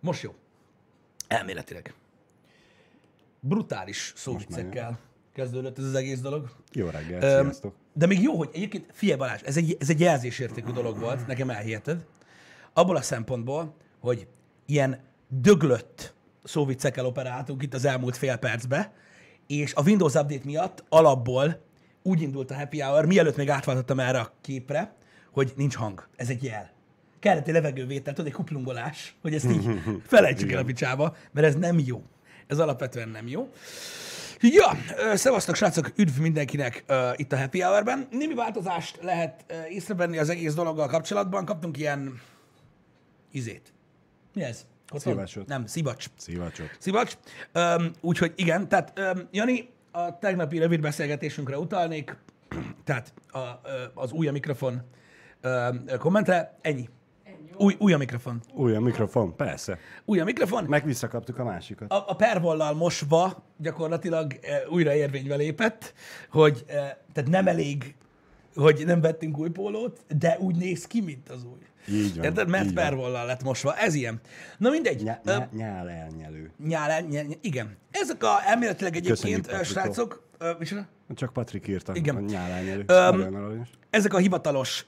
Most jó. Elméletileg. Brutális szóviccekkel kezdődött ez az egész dolog. Jó reggelt, sziasztok. De még jó, hogy egyébként, figyelj Balázs, ez egy jelzésértékű dolog volt, nekem elhiheted. Abból a szempontból, hogy ilyen döglött szóviccekkel operáltunk itt az elmúlt fél percbe, és a Windows Update miatt alapból úgy indult a happy hour, mielőtt még átváltottam erre a képre, hogy nincs hang. Ez egy jel. Kellett egy levegővétel, tudod, egy kuplungolás, hogy ezt így felejtsük el a picsába, mert ez nem jó. Ez alapvetően nem jó. Ja, szevasztok srácok, üdv mindenkinek itt a happy hour-ben. Némi változást lehet észrevenni az egész dologgal kapcsolatban. Kaptunk ilyen izét. Mi ez? Szivacsot. Nem, szivacs. Szivacsot. Úgyhogy igen, tehát Jani, a tegnapi rövid beszélgetésünkre utalnék, tehát az új a mikrofon kommentre, ennyi. Új a mikrofon. Új a mikrofon, persze. Új a mikrofon. Meg visszakaptuk a másikat. A pervollal mosva gyakorlatilag újra érvénybe lépett, hogy tehát nem elég, hogy nem vettünk új pólót, de úgy néz ki, mint az új. Így van. Érted? Mert pervollal lett mosva. Ez ilyen. Na mindegy. Nyál elnyelő. Igen. Ezek a elméletileg egyébként, Köszönjük, srácok, csak Patrik írta, igen. a nyál elnyelő. Ezek a hivatalos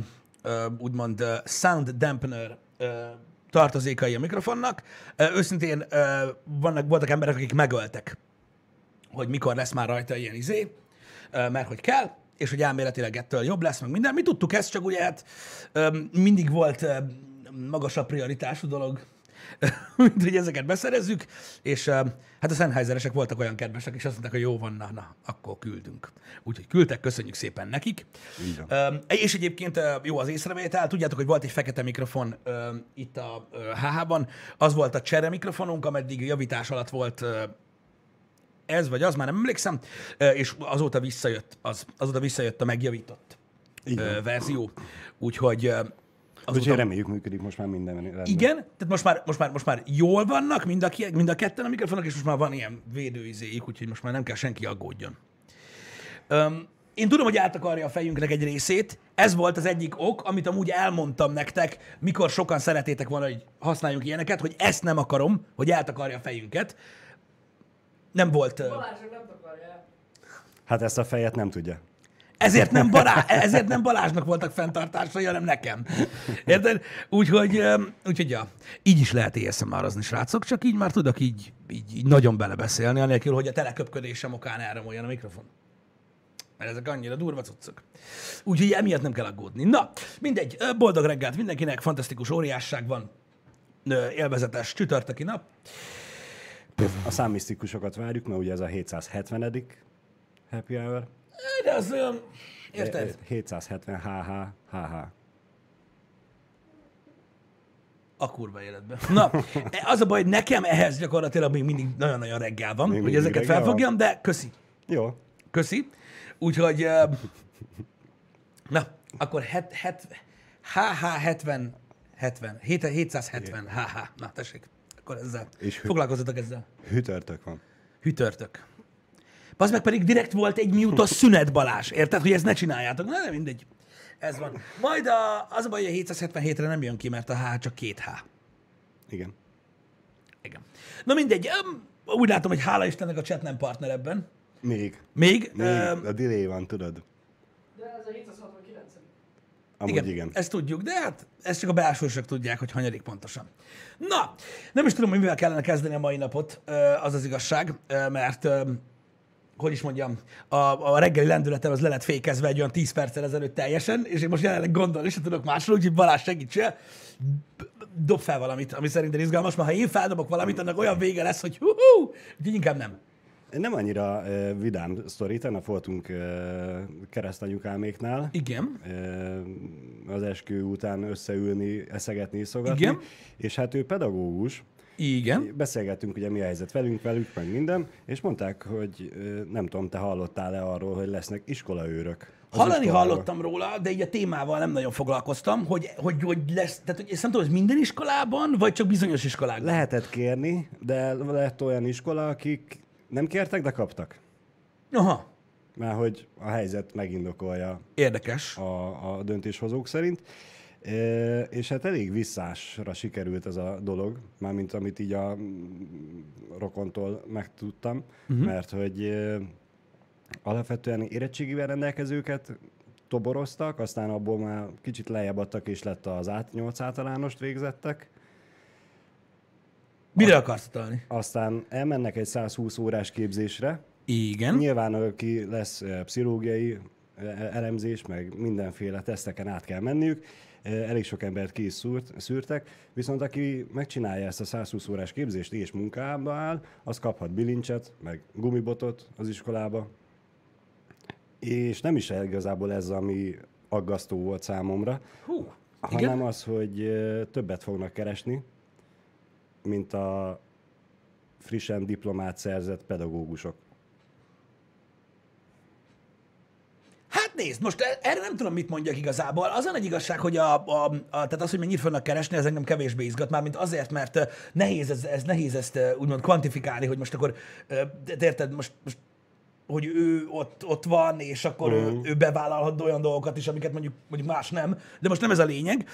úgymond sound dampener tartozékai a mikrofonnak. Őszintén voltak emberek, akik megöltek, hogy mikor lesz már rajta ilyen mert hogy kell, és hogy elméletileg ettől jobb lesz, meg minden. Mi tudtuk ezt, csak ugye hát mindig volt magasabb prioritású dolog, mint hogy ezeket beszerezzük, és hát a Sennheiseresek voltak olyan kedvesek, és azt mondták, hogy jó van, na, akkor küldünk. Úgyhogy küldtek, köszönjük szépen nekik. És egyébként jó az észrevétel, tudjátok, hogy volt egy fekete mikrofon itt a HH-ban, az volt a csere mikrofonunk, ameddig javítás alatt volt ez vagy az, már nem emlékszem, és azóta visszajött a megjavított verzió. Úgyhogy Úgyhogy reméljük működik most már minden rendben. Igen, tehát most már jól vannak mind a ketten a mikrofonok, és most már van ilyen védőizéik, úgyhogy most már nem kell senki aggódjon. Én tudom, hogy eltakarja a fejünknek egy részét. Ez volt az egyik ok, amit amúgy elmondtam nektek, mikor sokan szeretétek volna, hogy használjunk ilyeneket, hogy ezt nem akarom, hogy eltakarja a fejünket. Nem volt... Balázsnak nem takarja. Hát ezt a fejet nem tudja. Ezért nem Balázsnak voltak fenntartásai, hanem nekem. Érted? Úgyhogy ja, így is lehet ASMR-ozni, srácok, csak így már tudok így nagyon belebeszélni, anélkül, hogy a teleköpködésem okán elromoljon a mikrofon. Mert ezek annyira durva cuccok. Úgyhogy emiatt nem kell aggódni. Na, mindegy, boldog reggelt mindenkinek, fantasztikus óriásság van, élvezetes csütörtöki nap. A számmisztikusokat várjuk, mert ugye ez a 770. happy hour. De az olyan, érted? 770 HH. A kurva életben. Na, az a baj, hogy nekem ehhez gyakorlatilag még mindig nagyon-nagyon reggel van, hogy ezeket felfogjam, de köszi. Jó. Köszi. Úgyhogy, na, akkor HH 770 HH. Na, tessék. Akkor ezzel. Foglalkozzatok ezzel. Hütörtök van. Hütörtök. Az meg pedig direkt volt egy mute szünet, Balázs. Érted, hogy ezt ne csináljátok? Na, de mindegy. Ez van. Majd az a baj, hogy a 777-re nem jön ki, mert a H csak 2H. Igen. Na mindegy. Úgy látom, hogy hála Istennek a chat nem partner ebben. Még? A delay van, tudod. De ez a 769. Amúgy igen. Ezt tudjuk, de hát ezt csak a belsősök tudják, hogy hanyadik pontosan. Na, nem is tudom, hogy mivel kellene kezdeni a mai napot, az az igazság, mert hogy is mondjam, a reggeli lendületem az le lett fékezve egy olyan 10 perccel ezelőtt teljesen, és én most jelenleg gondolni sem tudok másról, úgyhogy Balázs segítsél, dob fel valamit, ami szerintem izgalmas, mert ha én feldobok valamit, annak olyan vége lesz, hogy úgyhogy inkább nem. Nem annyira vidám sztori, tegnap voltunk keresztanyukáméknál. Igen. Az eskü után összeülni, eszegetni, iszogatni. Igen. És hát ő pedagógus. Igen. Beszélgettünk ugye mi a helyzet velünk, meg minden, és mondták, hogy nem tudom, te hallottál-e arról, hogy lesznek iskolaőrök. Hallani hallottam róla, de így a témával nem nagyon foglalkoztam, hogy lesz, tehát hogy ezt nem tudom, hogy minden iskolában, vagy csak bizonyos iskolákban? Lehetett kérni, de lett olyan iskola, akik nem kértek, de kaptak. Aha. Mert hogy a helyzet megindokolja. Érdekes. A döntéshozók szerint. És hát elég visszásra sikerült ez a dolog, mármint amit így a rokontól megtudtam, mert hogy alapvetően érettségivel rendelkezőket toboroztak, aztán abból már kicsit lejjebb adtak, és lett az 8 általánost végzettek. Mire akarsz utalni? Aztán elmennek egy 120 órás képzésre. Igen. Nyilván aki lesz pszichológiai elemzés, meg mindenféle teszteken át kell menniük. Elég sok embert ki is szűrtek, viszont aki megcsinálja ezt a 120 órás képzést és munkába áll, az kaphat bilincset, meg gumibotot az iskolába. És nem is igazából ez, ami aggasztó volt számomra, hanem az, hogy többet fognak keresni, mint a frissen diplomát szerzett pedagógusok. Hát nézd, most erre nem tudom, mit mondjak igazából. Az a nagy igazság, hogy tehát az, hogy mennyit fognak keresni, ez engem kevésbé izgat, mármint azért, mert nehéz ezt úgymond kvantifikálni, hogy most akkor, érted, most hogy ő ott van, és akkor ő bevállalhat olyan dolgokat is, amiket mondjuk más nem. De most nem ez a lényeg.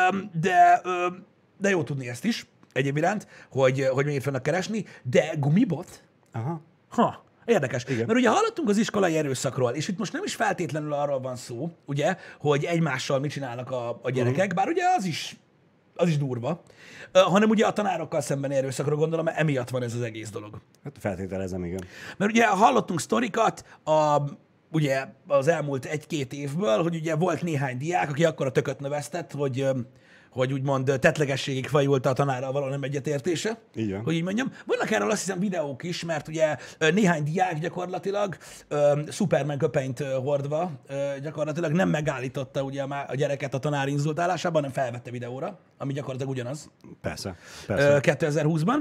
De jó tudni ezt is, egyéb iránt, hogy mennyit fognak keresni. De gumibot? Aha. Érdekes. Igen. Mert ugye hallottunk az iskolai erőszakról, és itt most nem is feltétlenül arról van szó, ugye, hogy egymással mit csinálnak a gyerekek, bár ugye az is durva, hanem ugye a tanárokkal szemben erőszakra gondolom, mert emiatt van ez az egész dolog. Hát feltételezem, igen. Mert ugye hallottunk sztorikat ugye az elmúlt 1-2 évből, hogy ugye volt néhány diák, aki akkor a tököt növesztett, hogy úgymond tettlegességig fajult a tanárral való nem egyetértése, Igen. hogy így mondjam. Vannak erről azt hiszem videók is, mert ugye néhány diák gyakorlatilag Superman köpenyt hordva gyakorlatilag nem megállította ugye a gyereket a tanár inzultálásában, hanem felvette videóra, ami gyakorlatilag ugyanaz. Persze. 2020-ban.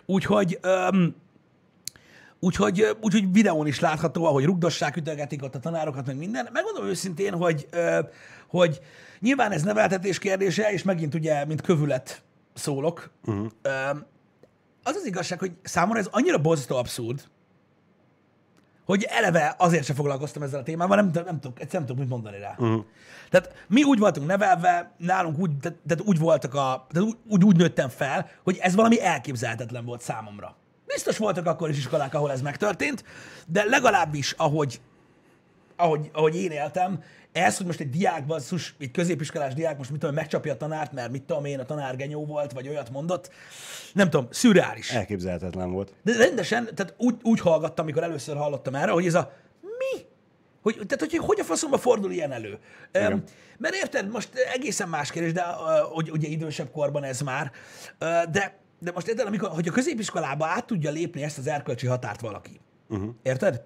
Úgyhogy videón is látható, ahogy rugdossák, ütögetik ott a tanárokat, meg minden. Megmondom őszintén, hogy nyilván ez neveltetés kérdése, és megint ugye, mint kövület szólok. Az igazság, hogy számomra ez annyira borzasztó abszurd, hogy eleve azért sem foglalkoztam ezzel a témával, nem tudok mit mondani rá. Tehát mi úgy voltunk nevelve, nálunk úgy voltak tehát úgy nőttem fel, hogy ez valami elképzelhetetlen volt számomra. Biztos voltak akkor is iskolák, ahol ez megtörtént, de legalábbis, ahogy én éltem, ez, hogy most egy diák, basszus, egy középiskolás diák most mit tudom, megcsapja a tanárt, mert mit tudom én, a tanár genyó volt, vagy olyat mondott, nem tudom, szürreális. Elképzelhetetlen volt. De rendesen, tehát úgy hallgattam, amikor először hallottam erre, hogy ez a mi? Tehát, hogy a faszomba fordul ilyen elő? Mert érted, most egészen más kérdés, de hogy ugye idősebb korban ez már, de most érted, hogy a középiskolába át tudja lépni ezt az erkölcsi határt valaki. Érted?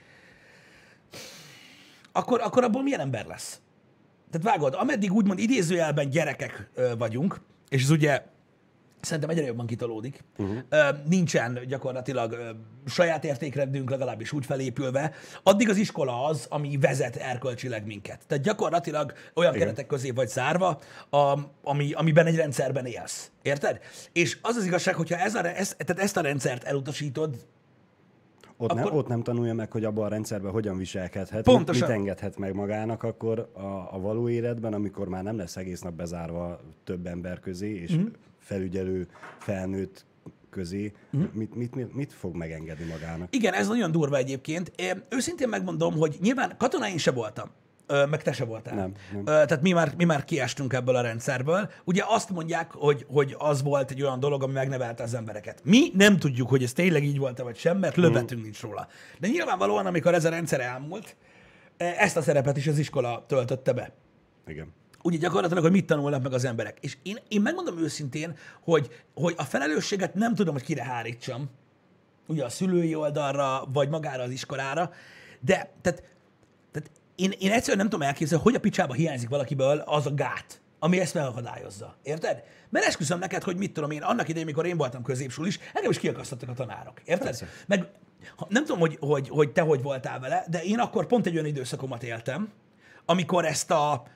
Akkor abból milyen ember lesz? Tehát vágod, ameddig úgymond idézőjelben gyerekek vagyunk, és ez ugye szerintem egyre jobban kitolódik, nincsen gyakorlatilag saját értékrendünk, legalábbis úgy felépülve, addig az iskola az, ami vezet erkölcsileg minket. Tehát gyakorlatilag olyan keretek közé vagy zárva, amiben egy rendszerben élsz. Érted? És az az igazság, hogyha ezt a rendszert elutasítod, Ott nem tanulja meg, hogy abban a rendszerben hogyan viselkedhet, pontosan. mit engedhet meg magának, akkor a való életben, amikor már nem lesz egész nap bezárva több ember közé, és felügyelő, felnőtt közé, mit fog megengedni magának? Igen, ez nagyon durva egyébként. Én őszintén megmondom, hogy nyilván katona én se voltam. Meg te se voltál. Nem. Tehát mi már kiestünk ebből a rendszerből. Ugye azt mondják, hogy az volt egy olyan dolog, ami megnevelte az embereket. Mi nem tudjuk, hogy ez tényleg így volt-e vagy sem, mert lövetünk nincs róla. De nyilvánvalóan, amikor ez a rendszer elmúlt, ezt a szerepet is az iskola töltötte be. Igen. Ugye gyakorlatilag, hogy mit tanulnak meg az emberek. És én megmondom őszintén, hogy a felelősséget nem tudom, hogy kire hárítsam. Ugye a szülői oldalra, vagy magára az iskolára, de tehát én egyszerűen nem tudom elképzelni, hogy a picsába hiányzik valakiből az a gát, ami ezt megakadályozza. Érted? Mert esküszöm neked, hogy mit tudom én, annak idején, mikor én voltam középsul is, engem is kiakasztottak a tanárok. Érted? Persze. Meg nem tudom, hogy te hogy voltál vele, de én akkor pont egy olyan időszakomat éltem, amikor ezt a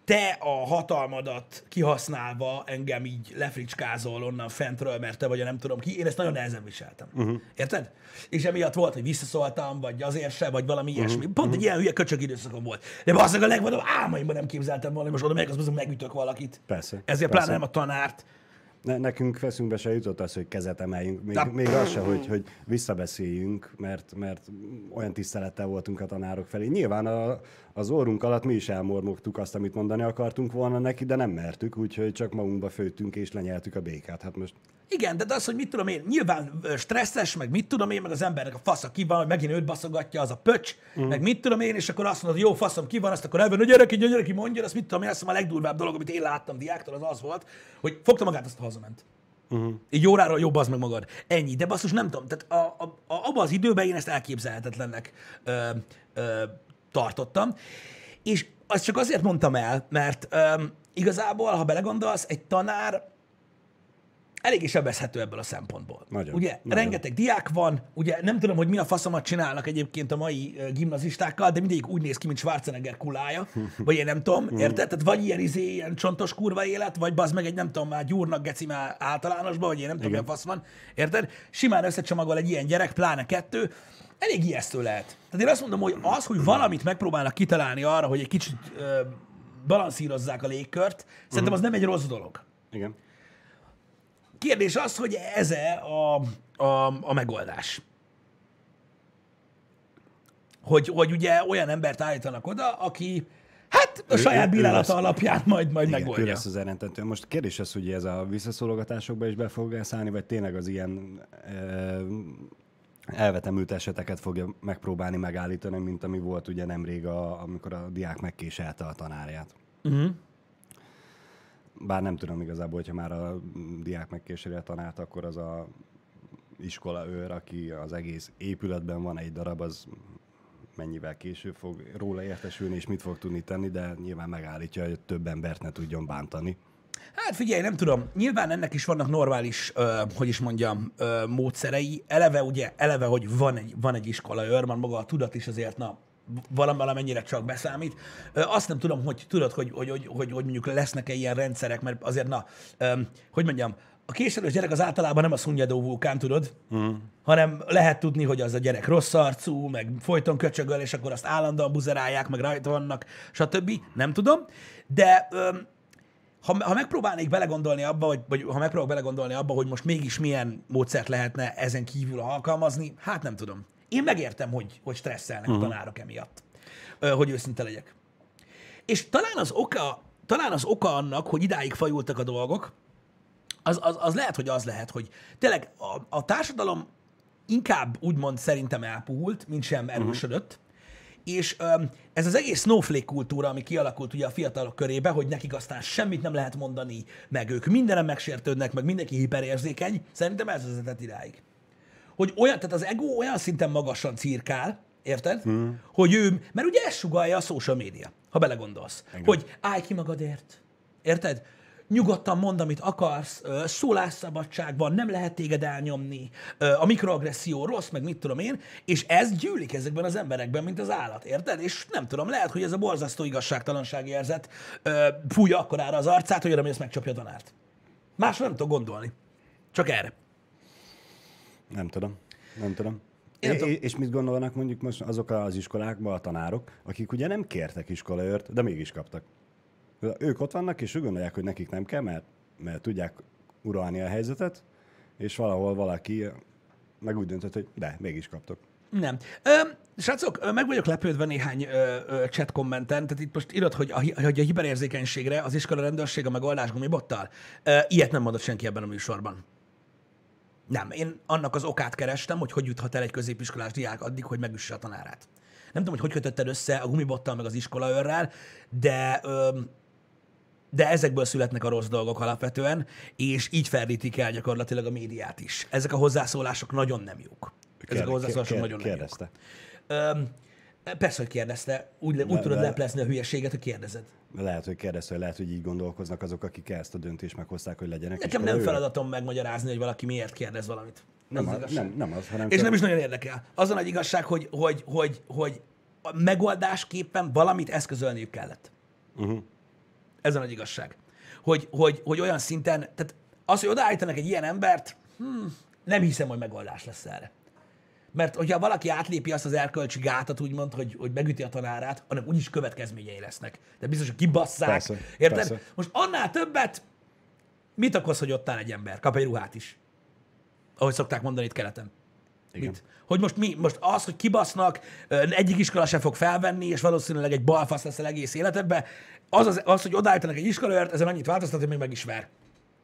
te a hatalmadat kihasználva engem így lefricskázol onnan fentről, mert te vagy a nem tudom ki, én ezt nagyon nehezen viseltem. Érted? És emiatt volt, hogy visszaszóltam, vagy azért se, vagy valami ilyesmi. Pont egy ilyen hülye köcsög időszakom volt. De basszak a legvadabb álmaimban nem képzeltem volna, hogy most oda megyek, azt megütök valakit. Persze. Ezért persze. pláne nem a tanárt. Nekünk feszünkbe se jutott az, hogy kezet emeljünk. Még az se, hogy visszabeszéljünk, mert olyan tisztelettel voltunk a tanárok felé. Nyilván az orrunk alatt mi is elmormogtuk azt, amit mondani akartunk volna neki, de nem mertük, úgyhogy csak magunkba főttünk és lenyeltük a békát. Hát most... Igen, de az, hogy mit tudom én, nyilván stresszes, meg mit tudom én, meg az embernek a fasza ki van, hogy megint őt baszogatja az a pöcs, meg mit tudom én, és akkor azt mondod, hogy jó, faszom ki van, azt akkor elven, hogy gyere ki, mondja, azt mit tudom én, azt hiszem a legdurvább dolog, amit én láttam diáktól, az volt, hogy fogta magát, azt hazament. Így óráról jobb az meg magad. Ennyi, de basszus nem tudom, tehát abban az időben én ezt elképzelhetetlennek tartottam, és azt csak azért mondtam el, mert igazából, ha belegondolsz, egy tanár eléggé sebezhető ebből a szempontból. Nagyon, ugye, nagyon. rengeteg diák van, ugye nem tudom, hogy mi a faszomat csinálnak egyébként a mai gimnazistákkal, de mindegyik úgy néz ki, mint Schwarzenegger kulája, vagy én nem tudom, érted? Tehát vagy ilyen csontos kurva élet, vagy bazd meg egy nem tudom, már gyúrnak geci már általánosban, vagy én nem tudom, mi a fasz van, érted? Simán összecsomagol egy ilyen gyerek, pláne 2, elég ijesztő lehet. Tehát én azt mondom, hogy az, hogy valamit megpróbálnak kitalálni arra, hogy egy kicsit balanszírozzák a légkört, szerintem az nem egy rossz dolog. Igen. Kérdés az, hogy ez-e a megoldás. Hogy ugye olyan embert állítanak oda, aki hát a saját bírálata alapján majd Igen, ő megoldja. lesz az eredtető. Most kérdés az, hogy ez a visszaszólogatásokba is be fog szállni, vagy tényleg az ilyen elvetemült eseteket fogja megpróbálni megállítani, mint ami volt ugye nemrég, amikor a diák megkéselte a tanárját. Bár nem tudom igazából, hogyha már a diák megkéseli a tanárt, akkor az a iskola őr, aki az egész épületben van egy darab, az mennyivel később fog róla értesülni, és mit fog tudni tenni, de nyilván megállítja, hogy több embert ne tudjon bántani. Hát figyelj, nem tudom, nyilván ennek is vannak normális, módszerei. Eleve, hogy van egy iskola őr, már maga a tudat is azért, valamennyire csak beszámít. Azt nem tudom, hogy tudod, hogy mondjuk lesznek-e ilyen rendszerek, mert azért, a késelős gyerek az általában nem a szunnyadó vulkán, tudod, hanem lehet tudni, hogy az a gyerek rossz arcú, meg folyton köcsögöl, és akkor azt állandóan buzerálják, meg rajta vannak, stb. Nem tudom, de ha megpróbálnék belegondolni abba, vagy ha megpróbálok belegondolni abba, hogy most mégis milyen módszert lehetne ezen kívül alkalmazni, hát nem tudom. Én megértem, hogy stresszelnek a tanárok emiatt, hogy őszinte legyek. És talán az oka annak, hogy idáig fajultak a dolgok, az lehet, hogy tényleg a társadalom inkább úgymond szerintem elpuhult, mint sem erősödött, és ez az egész snowflake kultúra, ami kialakult ugye a fiatalok körébe, hogy nekik aztán semmit nem lehet mondani, meg ők mindenem megsértődnek, meg mindenki hiperérzékeny, szerintem ez vezetett idáig. Hogy tehát az ego olyan szinten magasan cirkál, érted? Hogy mert ugye ezt sugallja a social media, ha belegondolsz. Igen. Hogy állj ki magadért, érted? Nyugodtan mondd, amit akarsz, szólásszabadság van, nem lehet téged elnyomni, a mikroagresszió rossz, meg mit tudom én, és ez gyűlik ezekben az emberekben, mint az állat, érted? És nem tudom, lehet, hogy ez a borzasztó igazságtalansági érzet fújja akkorára az arcát, hogy oda mész megcsapja a tanárt. Másra nem tudok gondolni. Csak erre. Nem tudom. És mit gondolnak mondjuk most azok az iskolákban a tanárok, akik ugye nem kértek iskolaőrt, de mégis kaptak? Ők ott vannak, és úgy gondolják, hogy nekik nem kell, mert tudják uralni a helyzetet, és valahol valaki meg úgy döntött, hogy de, mégis kaptok. Nem. Srácok, meg vagyok lepődve néhány chat kommenten, tehát itt most írod, hogy a hiperérzékenységre az iskola rendőrség a megoldás gumibottal. Ilyet nem mondott senki ebben a műsorban. Nem, én annak az okát kerestem, hogy juthat el egy középiskolás diák addig, hogy megüsse a tanárát. Nem tudom, hogy kötötted össze a gumibottal meg az iskolaőrrel, de ezekből születnek a rossz dolgok alapvetően, és így ferdítik el gyakorlatilag a médiát is. Ezek a hozzászólások nagyon nem jók. Ezek a hozzászólások nagyon nem jók. Persze, hogy kérdezte. Úgy tudod leplezni a hülyeséget, hogy kérdezed. Lehet, hogy kérdezte, lehet, hogy így gondolkoznak azok, akik ezt a döntést meghozták, hogy legyenek. Nekem nem feladatom megmagyarázni, hogy valaki miért kérdez valamit. Nem az, hanem... És nem is nagyon érdekel. Az a nagy igazság, hogy a megoldásképpen valamit eszközölniük kellett. Ez a nagy igazság. Hogy olyan szinten, tehát az, hogy odaállítanak egy ilyen embert, nem hiszem, hogy megoldás lesz erre. Mert hogyha valaki átlépi azt az erkölcsi gátat, úgymond, hogy megüti a tanárát, annak úgyis következményei lesznek. De biztos, hogy kibasszák. Persze, Érted? persze. Most annál többet mit okoz, hogy ott áll egy ember? Kap egy ruhát is. Ahogy szokták mondani itt keleten. Igen. Mit? Hogy most az, hogy kibasznak, egyik iskola se fog felvenni, és valószínűleg egy balfasz lesz az egész életedben, az, hogy odaállítanak egy iskolaőrt, ezen annyit változtat, hogy még meg is ver.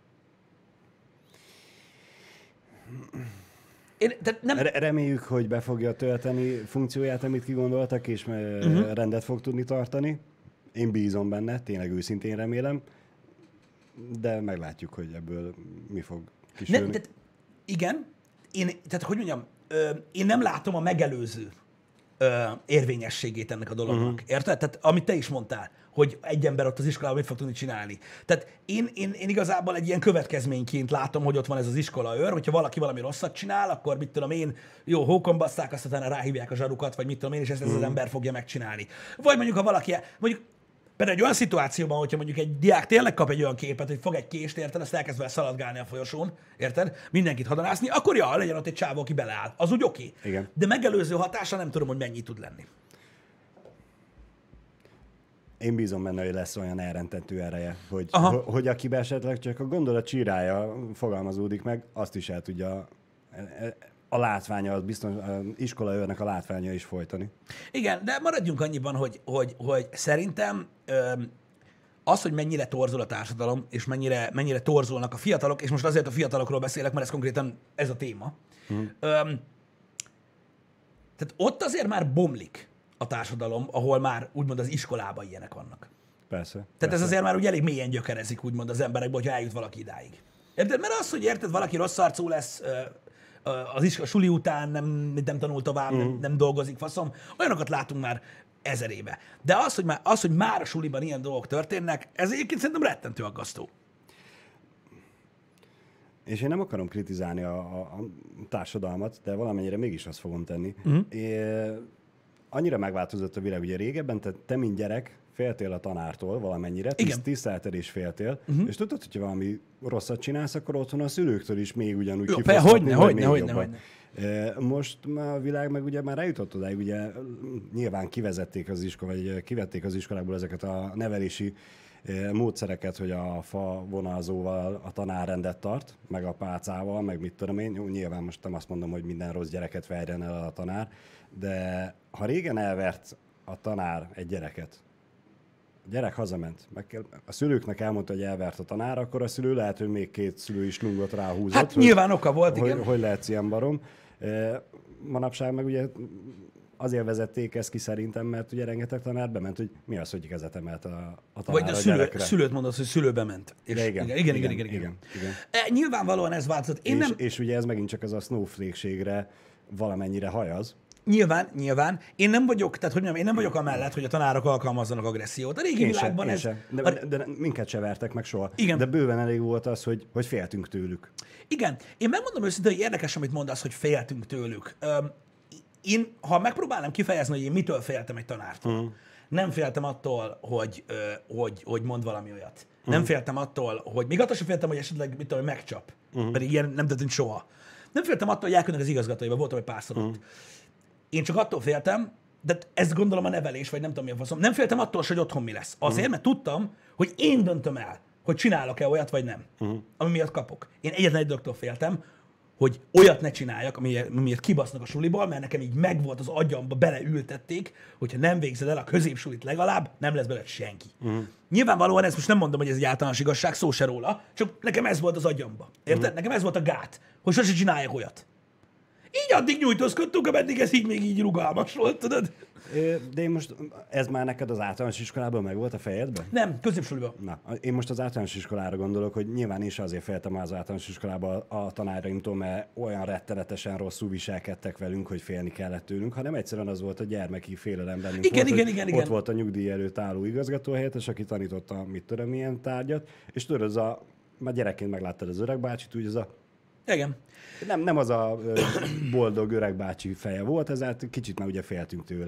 Tehát nem... Reméljük, hogy be fogja tölteni funkcióját, amit kigondoltak, és rendet fog tudni tartani. Én bízom benne, tényleg őszintén remélem, de meglátjuk, hogy ebből mi fog kisülni. Tehát, igen, tehát hogy mondjam, én nem látom a megelőző érvényességét ennek a dolognak. Érted? Tehát amit te is mondtál, hogy egy ember ott az iskolában mit fog tudni csinálni. Tehát én igazából egy ilyen következményként látom, hogy ott van ez az iskolaőr, hogyha valaki valami rosszat csinál, akkor mit tudom én, jó, hókon basszák, azt utána ráhívják a zsarukat, vagy mit tudom én, és ezt az ember fogja megcsinálni. Vagy mondjuk, ha valaki, mondjuk például egy olyan szituációban, hogyha mondjuk egy diák tényleg kap egy olyan képet, hogy fog egy kést, érted, azt elkezd vele szaladgálni a folyosón, érted, mindenkit hadonászni, akkor ja, legyen ott egy csávó, aki beleáll. Az úgy oké. Igen. De megelőző hatása nem tudom, hogy mennyi tud lenni. Én bízom benne, hogy lesz olyan elrentető ereje, hogy akiben esetleg csak a gondolat csírája fogalmazódik meg, azt is el tudja a látványa, az biztos, az iskolaőrnek a látványa is folytani. Igen, de maradjunk annyiban, hogy szerintem az, hogy mennyire torzul a társadalom, és mennyire torzulnak a fiatalok, és most azért a fiatalokról beszélek, mert ez konkrétan ez a téma. Tehát ott azért már bomlik a társadalom, ahol már úgymond az iskolában ilyenek vannak. Persze. Tehát ez azért már úgy elég mélyen gyökerezik úgymond az emberekbe, hogyha eljut valaki idáig. Érted? Mert az, hogy érted, valaki rossz arcú lesz a suli után, nem tanul tovább, nem dolgozik, faszom, olyanokat látunk már ezerébe. De az, hogy már a suliban ilyen dolgok történnek, ez egyébként szerintem rettentő aggasztó. És én nem akarom kritizálni a társadalmat, de valamennyire mégis azt fogom tenni. Annyira megváltozott a világ, ugye régebben, te mint gyerek féltél a tanártól valamennyire, tisztelted és féltél, és tudod, hogyha valami rosszat csinálsz, akkor otthon a szülőktől is még ugyanúgy kifosztatni, hogyne. Most már a világ meg ugye már eljutott odáig, ugye nyilván kivették az iskolából ezeket a nevelési módszereket, hogy a fa vonalzóval a tanár rendet tart, meg a pálcával, meg mit tudom én. Jó, nyilván most nem azt mondom, hogy minden rossz gyereket verjen el a tanár, de ha régen elvert a tanár egy gyereket, a gyerek hazament, a szülőknek elmondta, hogy elvert a tanár, akkor a szülő lehet, hogy még két szülő is lungot ráhúzott. Hát nyilván oka volt, igen. Hogy lehetsz ilyen barom. Manapság meg ugye azért vezették ezt ki szerintem, mert ugye rengeteg tanár bement, hogy mi az, hogy kezet emelt a tanár vagy a gyerekre. szülőt mondasz, hogy szülőbe ment. És igen. Nyilvánvalóan ez változott. És ugye ez megint csak az a snowflake-ségre valamennyire hajaz. Nyilván. Én nem vagyok amellett, hogy a tanárok alkalmazzanak agressziót. A régi világban ez... De minket se vertek meg soha. Igen. De bőven elég volt az, hogy féltünk tőlük. Igen. Én megmondom őszintén, hogy érdekes, amit mondasz, hogy féltünk tőlük. Én, ha megpróbálnám kifejezni, hogy én mitől féltem egy tanártól, nem féltem attól, hogy mond valami olyat. Nem féltem attól, hogy... Még attól sem féltem, hogy esetleg mit tudom, megcsap. Pedig ilyen nem történt soha. Nem féltem attól, hogy elkülönnek az igazgatóiba. Voltam egy párszor ott. Én csak attól féltem, de ezt gondolom a nevelés, vagy nem tudom mi a faszom. Nem féltem attól, hogy otthon mi lesz. Azért, mert tudtam, hogy én döntöm el, hogy csinálok-e olyat, vagy nem. Ami miatt kapok. Én egyetlen egy dologtól féltem, hogy olyat ne csináljak, amiért kibasznak a suliból, mert nekem így megvolt az agyamba, beleültették, hogyha nem végzed el a középsulit legalább, nem lesz belőle senki. Nyilvánvalóan ezt most nem mondom, hogy ez egy általános igazság, szó se róla, csak nekem ez volt az agyamba. Érted? Nekem ez volt a gát, hogy sose csináljak olyat. Így addig nyújtózkodtunk, ameddig ez így még így rugalmas volt, tudod? De én most, ez már neked az általános iskolában meg volt a fejedben? Nem, középsuliban. Na, én most az általános iskolára gondolok, hogy nyilván is azért féltem az általános iskolában a tanáraimtól, mert olyan rettenetesen rosszul viselkedtek velünk, hogy félni kellett tőlünk, hanem egyszerűen az volt a gyermeki félelem bennünk. Igen. Ott volt a nyugdíj előtt álló igazgatóhelyettes, aki tanította mit tudom milyen tárgyat, és tudod, már gyerekként megláttad az öreg bácsit, úgy Igen. Nem az a boldog öreg bácsi feje volt, ezért kicsit már ugye féltünk tőle.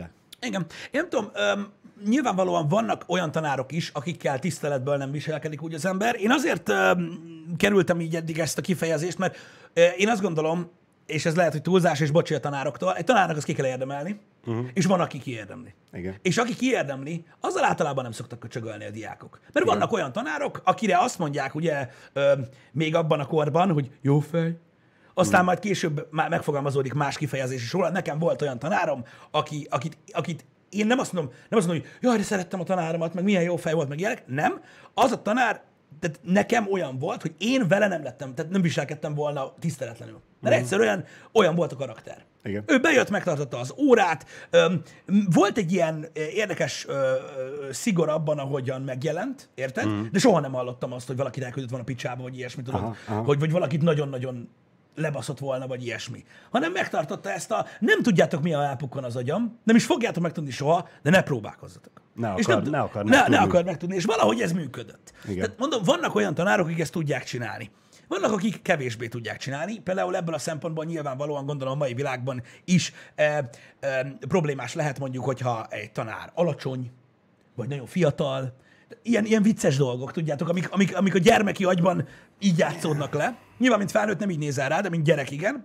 Igen. Én nem tudom, nyilvánvalóan vannak olyan tanárok is, akikkel tiszteletből nem viselkedik úgy az ember. Én azért kerültem így eddig ezt a kifejezést, mert én azt gondolom, és ez lehet, hogy túlzás, és bocsi a tanároktól, egy tanárnak azt ki kell érdemelni, és van, aki kiérdemli. Igen. És aki kiérdemli, azzal általában nem szoktak köcsögölni a diákok. Mert vannak olyan tanárok, akire azt mondják ugye még abban a korban, hogy jó fej, aztán majd később már megfogalmazódik más kifejezés is róla. Nekem volt olyan tanárom, akit én nem azt mondom, hogy jaj, de szerettem a tanáromat, meg milyen jó fej volt, meg ilyenek. Nem. Az a tanár, tehát nekem olyan volt, hogy én vele nem lettem, tehát nem viselkedtem volna tiszteletlenül. Mert egyszerűen olyan volt a karakter. Igen. Ő bejött, megtartotta az órát. Volt egy ilyen érdekes szigor abban, ahogyan megjelent, érted? De soha nem hallottam azt, hogy valakit elküldött volna picsába, vagy ilyesmi, tudod? Vagy valakit nagyon-nagyon lebaszott volna, vagy ilyesmi. Hanem megtartotta ezt a, nem tudjátok, mi a elpukkan az agyam, nem is fogjátok megtudni soha, de ne próbálkozzatok. Ne akar megtudni, és valahogy ez működött. Igen. Tehát mondom, vannak olyan tanárok, akik ezt tudják csinálni. Vannak, akik kevésbé tudják csinálni, például ebből a szempontból nyilvánvalóan gondolom a mai világban is problémás lehet mondjuk, hogyha egy tanár alacsony, vagy nagyon fiatal, ilyen vicces dolgok, tudjátok, amik a gyermeki agyban így játszódnak le. Nyilván, mint felnőtt nem így nézel rá, de mint gyerek igen.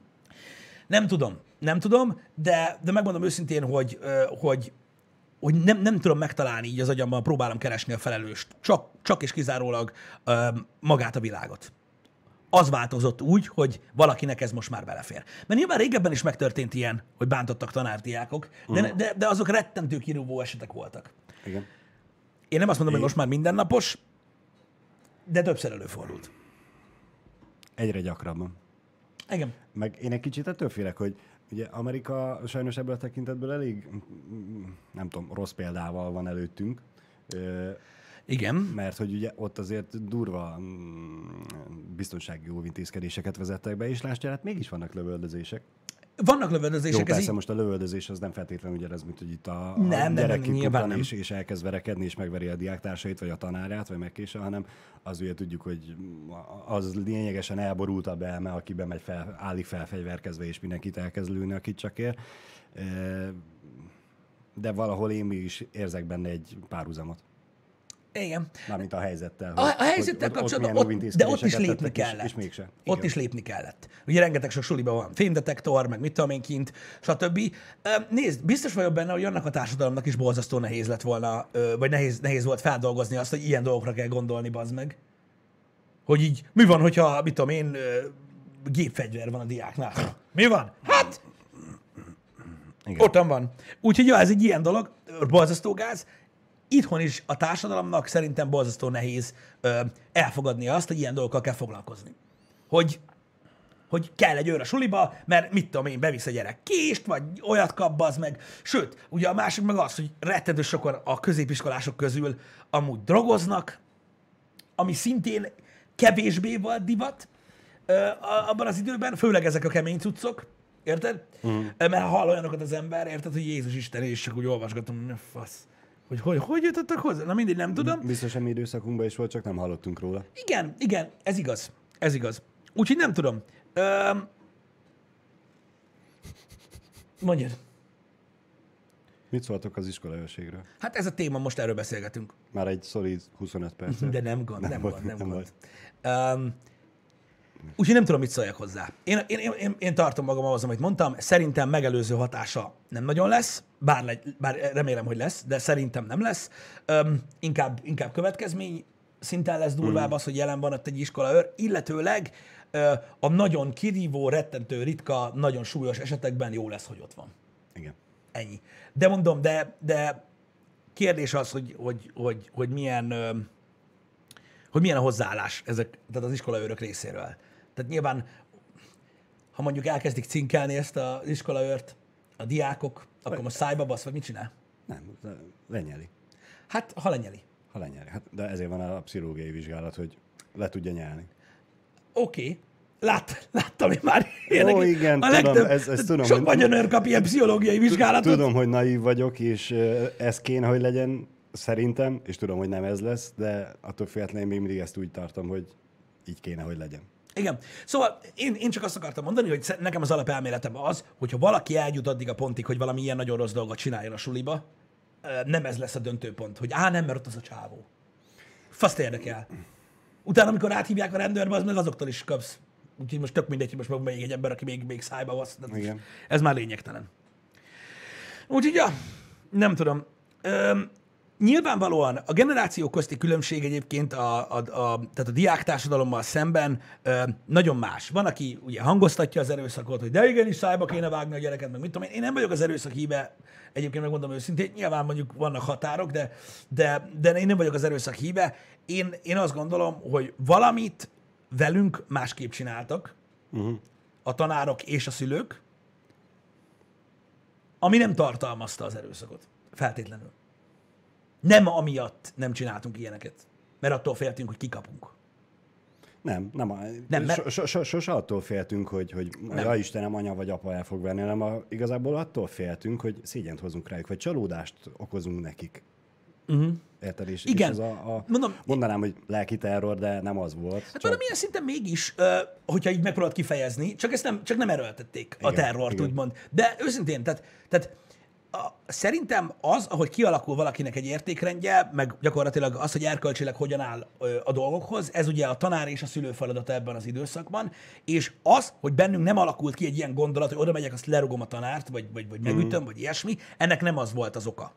Nem tudom, de megmondom őszintén, hogy nem tudom megtalálni így az agyamban, próbálom keresni a felelőst. Csak és kizárólag magát a világot. Az változott úgy, hogy valakinek ez most már belefér. Mert nyilván régebben is megtörtént ilyen, hogy bántottak tanárdiákok, de azok rettentő kirúgó esetek voltak. Igen. Én nem azt mondom, hogy most már mindennapos, de többször előfordult. Egyre gyakrabban. Igen. Meg én egy kicsit ettől félek, hogy ugye Amerika sajnos ebből a tekintetből elég, nem tudom, rossz példával van előttünk. Igen. Mert hogy ugye ott azért durva biztonsági óvintézkedéseket vezettek be, és lásd, hát mégis vannak lövöldözések. Vannak lövöldözések. Jó, persze most a lövöldözés az nem feltétlenül ugyanaz, mint hogy itt a gyerek nyilván nem. És elkezd verekedni, és megveri a diáktársait, vagy a tanárját, vagy megkése, hanem az ugye tudjuk, hogy az lényegesen elborultabb elme, aki bemegy állik felfegyverkezve, és mindenkit elkezd lőni, akit csak ér. De valahol én mégis érzek benne egy párhuzamot. Igen. Mármint a helyzettel. A helyzettel kapcsolatban, de ott is lépni kellett. És mégse. Ott is lépni kellett. Ugye rengeteg sok suliban van fémdetektor, meg mit tudom én kint, stb. Nézd, biztos vagyok benne, hogy annak a társadalomnak is borzasztó nehéz lett volna, vagy nehéz volt feldolgozni azt, hogy ilyen dolgokra kell gondolni, bazd meg. Hogy így, mi van, hogyha, mit tudom én, gépfegyver van a diáknál? Mi van? Hát, igen. Ottan van. Úgyhogy ja, ez egy ilyen dolog, borzasztó gáz. Itthon is a társadalomnak szerintem borzasztó nehéz elfogadni azt, hogy ilyen dolgokkal kell foglalkozni. Hogy kell egy őr a suliba, mert mit tudom én, bevisz a gyerek kést, vagy olyat kap, bazd meg. Sőt, ugye a másik meg az, hogy rettentő sokan a középiskolások közül amúgy drogoznak, ami szintén kevésbé volt divat abban az időben, főleg ezek a kemény cuccok, érted? Mert hall olyanokat az ember, érted, hogy Jézus Isten, és csak úgy olvasgatom, mi fasz. Hogy jutottak hozzá? Na mindig nem tudom. Biztos, a mi időszakunkban is volt, csak nem hallottunk róla. Igen, ez igaz. Úgyhogy nem tudom. Mondjad. Mit szóltok az iskolaőrségről? Hát ez a téma, most erről beszélgetünk. Már egy szolid 25 perc. De nem gond. Úgyhogy nem tudom, mit szóljak hozzá. Én tartom magam ahhoz, amit mondtam. Szerintem megelőző hatása nem nagyon lesz, bár remélem, hogy lesz, de szerintem nem lesz. Inkább következmény szinten lesz durvább az, hogy jelen van ott egy iskolaőr, illetőleg a nagyon kirívó, rettentő, ritka, nagyon súlyos esetekben jó lesz, hogy ott van. Igen. Ennyi. De mondom, de kérdés az, hogy milyen a hozzáállás tehát az iskolaőrök részéről. Tehát nyilván, ha mondjuk elkezdik cinkelni ezt az iskolaőrt a diákok, akkor most szájba basz, vagy mit csinál? Nem, lenyeli. Hát, ha lenyeli. Hát, de ezért van a pszichológiai vizsgálat, hogy le tudja nyelni. Oké. Láttam én már ilyenek. Ó, igen, tudom, ezt tudom. Sok vagyonőr kap ilyen pszichológiai vizsgálatot. Tudom, hogy naív vagyok, és ez kéne, hogy legyen szerintem, és tudom, hogy nem ez lesz, de attól függetlenül még mindig ezt úgy tartom, hogy így kéne, hogy legyen. Igen. Szóval én csak azt akartam mondani, hogy nekem az alapelméletem az, hogyha valaki eljut addig a pontig, hogy valami ilyen nagyon rossz dolgot csináljon a suliba, nem ez lesz a döntőpont, hogy nem, mert ott az a csávó. Faszt érdekel. Utána, amikor áthívják a rendőrbe, az meg azoktól is kapsz. Úgyhogy most tök mindegy, hogy most még egy ember, aki még szájba vasz. Ez már lényegtelen. Úgyhogy, ja, nem tudom. Nyilvánvalóan a generáció közti különbség egyébként tehát a diák társadalommal szemben nagyon más. Van, aki ugye hangoztatja az erőszakot, hogy de igenis szájba kéne vágni a gyereket, meg mit tudom én nem vagyok az erőszak híve, egyébként megmondom őszintén, nyilván mondjuk vannak határok, de én nem vagyok az erőszak híve. Én azt gondolom, hogy valamit velünk másképp csináltak a tanárok és a szülők, ami nem tartalmazta az erőszakot. Feltétlenül. Nem amiatt nem csináltunk ilyeneket, mert attól féltünk, hogy kikapunk. Sose attól féltünk, hogy ja Istenem, anya vagy apa el fog venni, hanem igazából attól féltünk, hogy szégyent hozunk rájuk, vagy csalódást okozunk nekik. Érted? Igen. És mondanám, hogy lelki terror, de nem az volt. Hát valamilyen szinten mégis, hogyha így megpróbálod kifejezni, csak nem erőltették a terrort, úgymond. De őszintén, tehát szerintem az, ahogy kialakul valakinek egy értékrendje, meg gyakorlatilag az, hogy erkölcsileg hogyan áll a dolgokhoz, ez ugye a tanár és a szülő feladata ebben az időszakban, és az, hogy bennünk nem alakult ki egy ilyen gondolat, hogy oda megyek, azt lerugom a tanárt, vagy megütöm, vagy ilyesmi, ennek nem az volt az oka.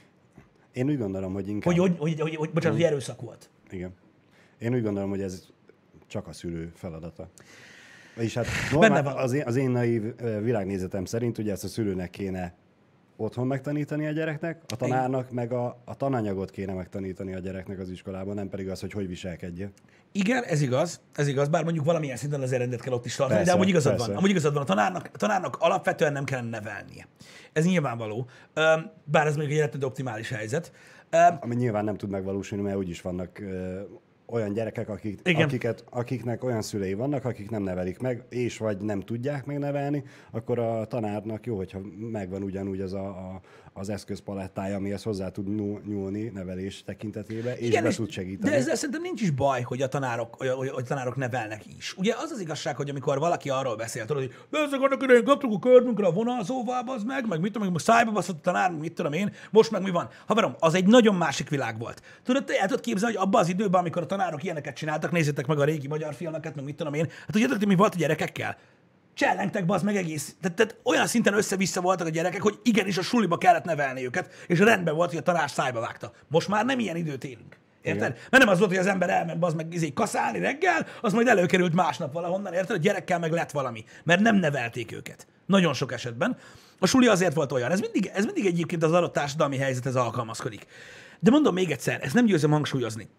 Én úgy gondolom, hogy inkább... Hogy erőszak volt. Igen. Én úgy gondolom, hogy ez csak a szülő feladata. És hát az én naív világnézetem szerint ugye ezt a szülőnek kéne otthon megtanítani a gyereknek, a tanárnak meg a tananyagot kéne megtanítani a gyereknek az iskolában, nem pedig az, hogy viselkedje. Igen, ez igaz, bár mondjuk valamilyen szinten azért rendet kell ott is tartani, de amúgy igazad van, a tanárnak alapvetően nem kellene nevelnie. Ez nyilvánvaló, bár ez mondjuk egy rettentő optimális helyzet. Ami nyilván nem tud megvalósulni, mert úgyis vannak olyan gyerekek, akiknek olyan szülei vannak, akik nem nevelik meg, és vagy nem tudják megnevelni, akkor a tanárnak jó, hogyha megvan ugyanúgy az eszközpalettája, amihez hozzá tud nyúlni nevelés tekintetében, és be tud segíteni. De ezzel szerintem nincs is baj, hogy a tanárok nevelnek is. Ugye az az igazság, hogy amikor valaki arról beszél, hogy ezek annak idején kaptuk a körmünkre a vonalzóval, meg mit tudom, most szájba baszott a tanár, mit tudom én, most meg mi van. Haverom, az egy nagyon másik világ volt. Tudod, te el tudod képzelni, hogy abban az időben, amikor a tanárok ilyeneket csináltak, nézzétek meg a régi magyar filmeket, meg mit tudom én, hát tudjátok, mi volt a gyerekekkel? Csellengtek, bazd meg egész. Tehát olyan szinten össze-vissza voltak a gyerekek, hogy igenis a suliba kellett nevelni őket, és rendben volt, hogy a tanár szájba vágta. Most már nem ilyen időt élünk. Érted? Igen. Mert nem az volt, hogy az ember elment bazd meg kaszálni reggel, az majd előkerült másnap valahonnan, érted? A gyerekkel meg lett valami, mert nem nevelték őket. Nagyon sok esetben. A suli azért volt olyan. Ez mindig egyébként az adott társadalmi helyzethez alkalmazkodik. De mondom még egyszer, ezt nem győzöm hangsúlyozni.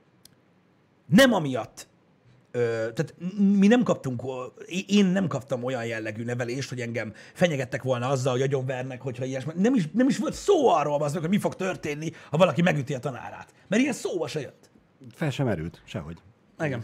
Nem amiatt, tehát mi nem kaptunk, én nem kaptam olyan jellegű nevelést, hogy engem fenyegettek volna azzal, hogy agyonvernek, hogyha ilyesmi. Nem is volt szó arról, az, hogy mi fog történni, ha valaki megüti a tanárát. Mert ilyen szóba se jött. Fel sem merült, sehogy. Igen.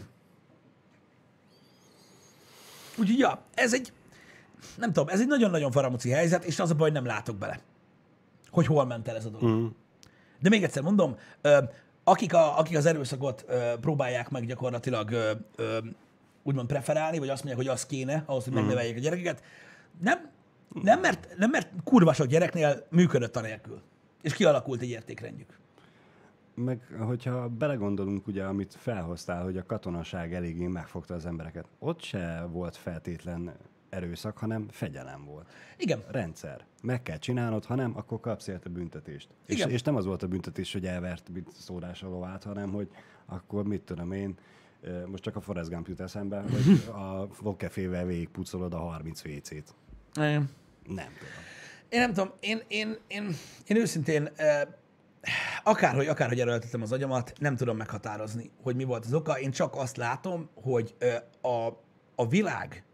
Úgyhogy ja, ez egy nagyon-nagyon faramúci helyzet, és az a baj, hogy nem látok bele, hogy hol ment el ez a dolog. De még egyszer mondom, akik az erőszakot próbálják meg gyakorlatilag úgymond preferálni, vagy azt mondják, hogy az kéne, ahhoz, hogy megneveljék a gyerekeket, nem mert kurva sok gyereknél működött anélkül. És kialakult egy értékrendjük. Meg, hogyha belegondolunk, ugye, amit felhoztál, hogy a katonaság eléggé megfogta az embereket, ott se volt feltétlen erőszak, hanem fegyelem volt. Igen. Rendszer. Meg kell csinálnod, ha nem, akkor kapsz érte büntetést. És nem az volt a büntetés, hogy elvert szórás a lovát, hanem hogy akkor mit tudom én, most csak a Forrest Gump jut eszembe, hogy a fogkefével végigpucolod a 30 WC-t. Nem tudom. Én nem tudom. Én őszintén akárhogy erőltetem az agyamat, nem tudom meghatározni, hogy mi volt az oka. Én csak azt látom, hogy a világ,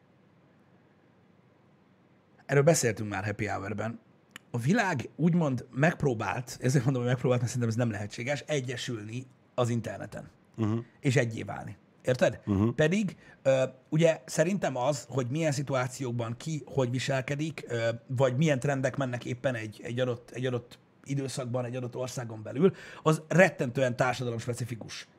erről beszéltünk már Happy Hour-ben, a világ úgymond megpróbált, ezért mondom, hogy megpróbált, mert szerintem ez nem lehetséges, egyesülni az interneten. És egyé válni. Érted? Pedig ugye szerintem az, hogy milyen szituációkban ki hogy viselkedik, vagy milyen trendek mennek éppen egy adott időszakban, egy adott országon belül, az rettentően társadalomspecifikus.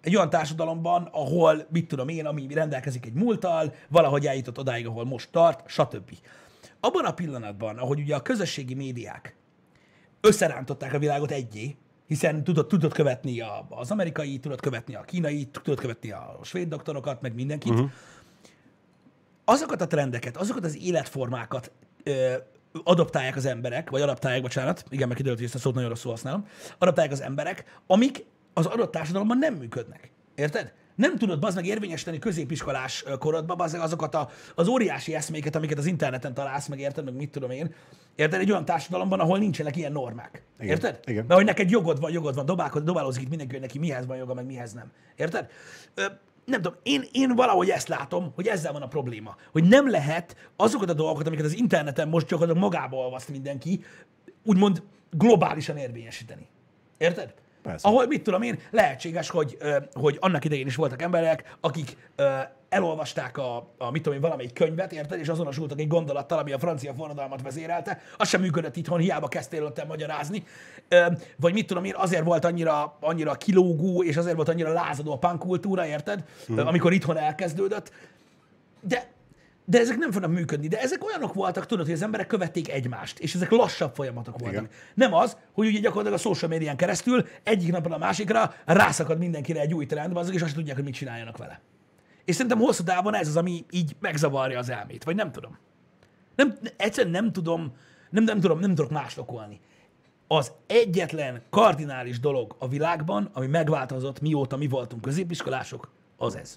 egy olyan társadalomban, ahol, mit tudom én, ami rendelkezik egy múlttal, valahogy eljutott odáig, ahol most tart, stb. Abban a pillanatban, ahogy ugye a közösségi médiák összerántották a világot egyé, hiszen tudod követni az amerikai, tudod követni a kínai, tudod követni a svéd doktorokat, meg mindenkit, azokat a trendeket, azokat az életformákat adoptálják az emberek, vagy adaptálják, bocsánat, igen, meg kiderült, hogy ezt a szót nagyon rosszul használom, adaptálják az emberek, amik az adott társadalomban nem működnek. Érted? Nem tudod bazd meg érvényesíteni középiskolás korodban bazd meg azokat az óriási eszméket, amiket az interneten találsz, meg érted, meg mit tudom én. Érted? Egy olyan társadalomban, ahol nincsenek ilyen normák. Igen. Érted? Igen. Mert hogy neked jogod van, dobálózik itt mindenki, hogy neki mihez van joga, meg mihez nem. Érted? Nem tudom, én valahogy ezt látom, hogy ezzel van a probléma. Hogy nem lehet azokat a dolgokat, amiket az interneten most gyakorlatilag magába olvaszt mindenki, úgymond globálisan érvényesíteni. Érted? Persze. Ahol, mit tudom én, lehetséges, hogy annak idején is voltak emberek, akik elolvasták mit tudom én, valamelyik könyvet, érted, és azonosultak egy gondolattal, ami a francia forradalmat vezérelte, az sem működött itthon, hiába kezdtél ott el magyarázni, vagy mit tudom én, azért volt annyira kilógó, és azért volt annyira lázadó a punk kultúra, érted, amikor itthon elkezdődött, de ezek nem fognak működni. De ezek olyanok voltak, tudod, hogy az emberek követték egymást, és ezek lassabb folyamatok voltak. Igen. Nem az, hogy ugye gyakorlatilag a social médián keresztül egyik napról a másikra rászakad mindenkire egy új trend, és azt tudják, hogy mit csináljanak vele. És szerintem hosszú távon ez az, ami így megzavarja az elmét, vagy nem tudom. Egyszerűen nem tudok mást okolni. Az egyetlen kardinális dolog a világban, ami megváltozott, mióta mi voltunk középiskolások, az ez.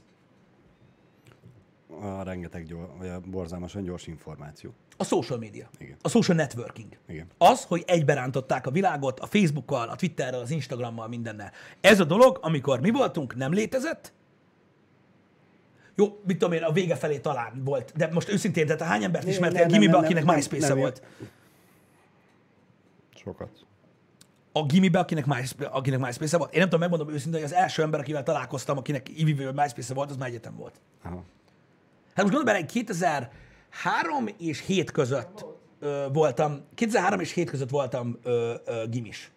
A rengeteg vagy a borzalmasan gyors információ. A social media. Igen. A social networking. Igen. Az, hogy egyberántották a világot a Facebookkal, a Twitterrel, az Instagrammal, mindennel. Ez a dolog, amikor mi voltunk, nem létezett. Jó, mit tudom én, a vége felé talán volt. De most őszintén, tehát hány embert ismertél gimibe, akinek MySpace-e volt? Sokat. A gimibe, akinek MySpace-e volt? Én nem tudom, megmondom őszintén, hogy az első ember, akivel találkoztam, akinek IVV MySpace-e volt, az már egyetem volt. Aha. Hát most gondolj bele, 2003 és 7 között voltam, 2003 és 7 között voltam gimis.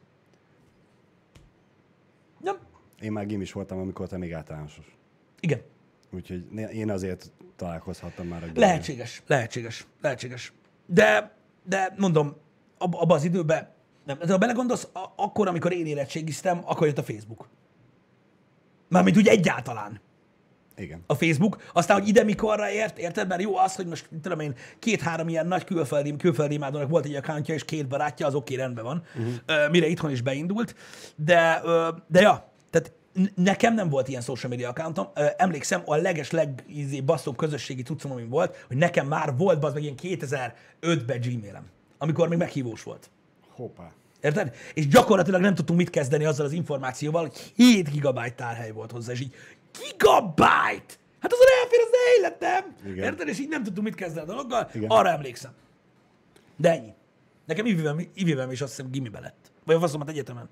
Nem? Én már gimis voltam, amikor te még általánosos. Igen. Úgyhogy én azért találkozhattam már a gimiben. Lehetséges. De mondom, abban az időben, nem. De ha belegondolsz, akkor, amikor én érettségiztem, akkor jött a Facebook. Mármint úgy egyáltalán. Igen. A Facebook. Aztán, hogy ide mikorra érted? Mert jó az, hogy most, tudom én, 2-3 ilyen nagy külföldi imádónak volt egy accountja, és 2 barátja, az oké, rendben van. Mire itthon is beindult. De ja, tehát nekem nem volt ilyen social media accountom. Emlékszem, a legbaszóbb közösségi cuccom, ami volt, hogy nekem már volt az meg ilyen 2005-ben Gmailem, amikor még meghívós volt. Hoppá. Érted? És gyakorlatilag nem tudtunk mit kezdeni azzal az információval, hogy 7 gigabyte tárhely volt hozzá, és így gigabyte! Hát azon elfér az életem! Igen. Érted? És így nem tudtunk mit kezdeni a dologgal, Igen. arra emlékszem. De ennyi. Nekem ivivem is azt hiszem gimibe lett. Vagy a faszomat egyetemen.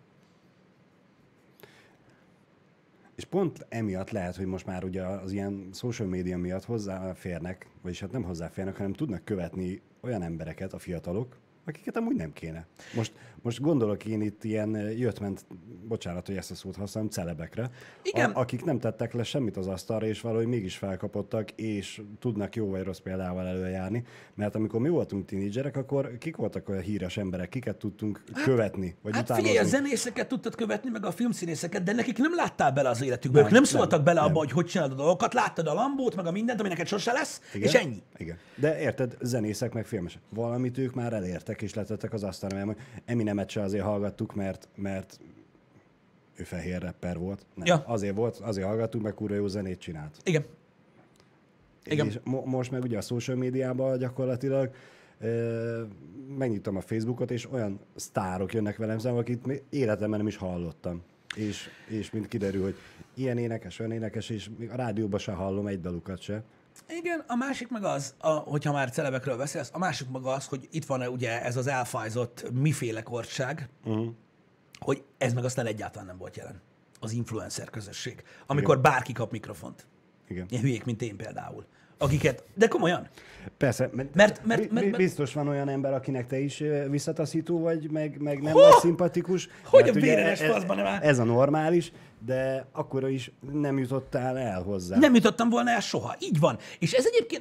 És pont emiatt lehet, hogy most már ugye az ilyen social media miatt hozzáférnek, vagyis hát nem hozzáférnek, hanem tudnak követni olyan embereket, a fiatalok, akiket amúgy nem kéne. Most gondolok én itt ilyen jött-ment, bocsánat, hogy ezt a szót használom, celebekre, Igen. akik nem tettek le semmit az asztalra, és valahogy mégis felkapottak, és tudnak jó vagy rossz példával előjárni. Mert amikor mi voltunk tínédzserek, akkor kik voltak olyan híres emberek, kiket tudtunk követni, vagy Hát utánozni? figyelj, a zenészeket tudtad követni, meg a filmszínészeket, de nekik nem láttál bele az életükbe. Ők nem szóltak bele abba, hogy csinálod a dolgokat, láttad a Lambót, meg a mindent, ami neked sose lesz, Igen? és ennyi. Igen. De érted, zenészek meg filmesek. Valamit ők már elértek, és letettek az asztalra, mert Eminemet se azért hallgattuk, mert ő fehér rapper volt. Nem. Ja. Azért hallgattuk, mert kurva jó zenét csinált. Igen. Igen. És most meg ugye a social médiában gyakorlatilag megnyitom a Facebookot, és olyan sztárok jönnek velem szemben, akit még életemben nem is hallottam. És mint kiderül, hogy ilyen énekes, olyan énekes, és még a rádióban sem hallom egy dalukat se. Igen, a másik meg az, hogyha már celebekről beszélsz, a másik meg az, hogy itt van ugye ez az elfájzott miféle korság, hogy ez meg aztán egyáltalán nem volt jelen. Az influencer közösség. Amikor bárki kap mikrofont. Igen. Ilyen hülyék, mint én például. akiket, de komolyan. Persze, biztos van olyan ember, akinek te is visszataszító vagy, meg nem vagy szimpatikus. Hogy mert a ugye bérenes faszban nem áll? Ez a normális, de akkor is nem jutottál el hozzá. Nem jutottam volna el soha. Így van. És ez egyébként,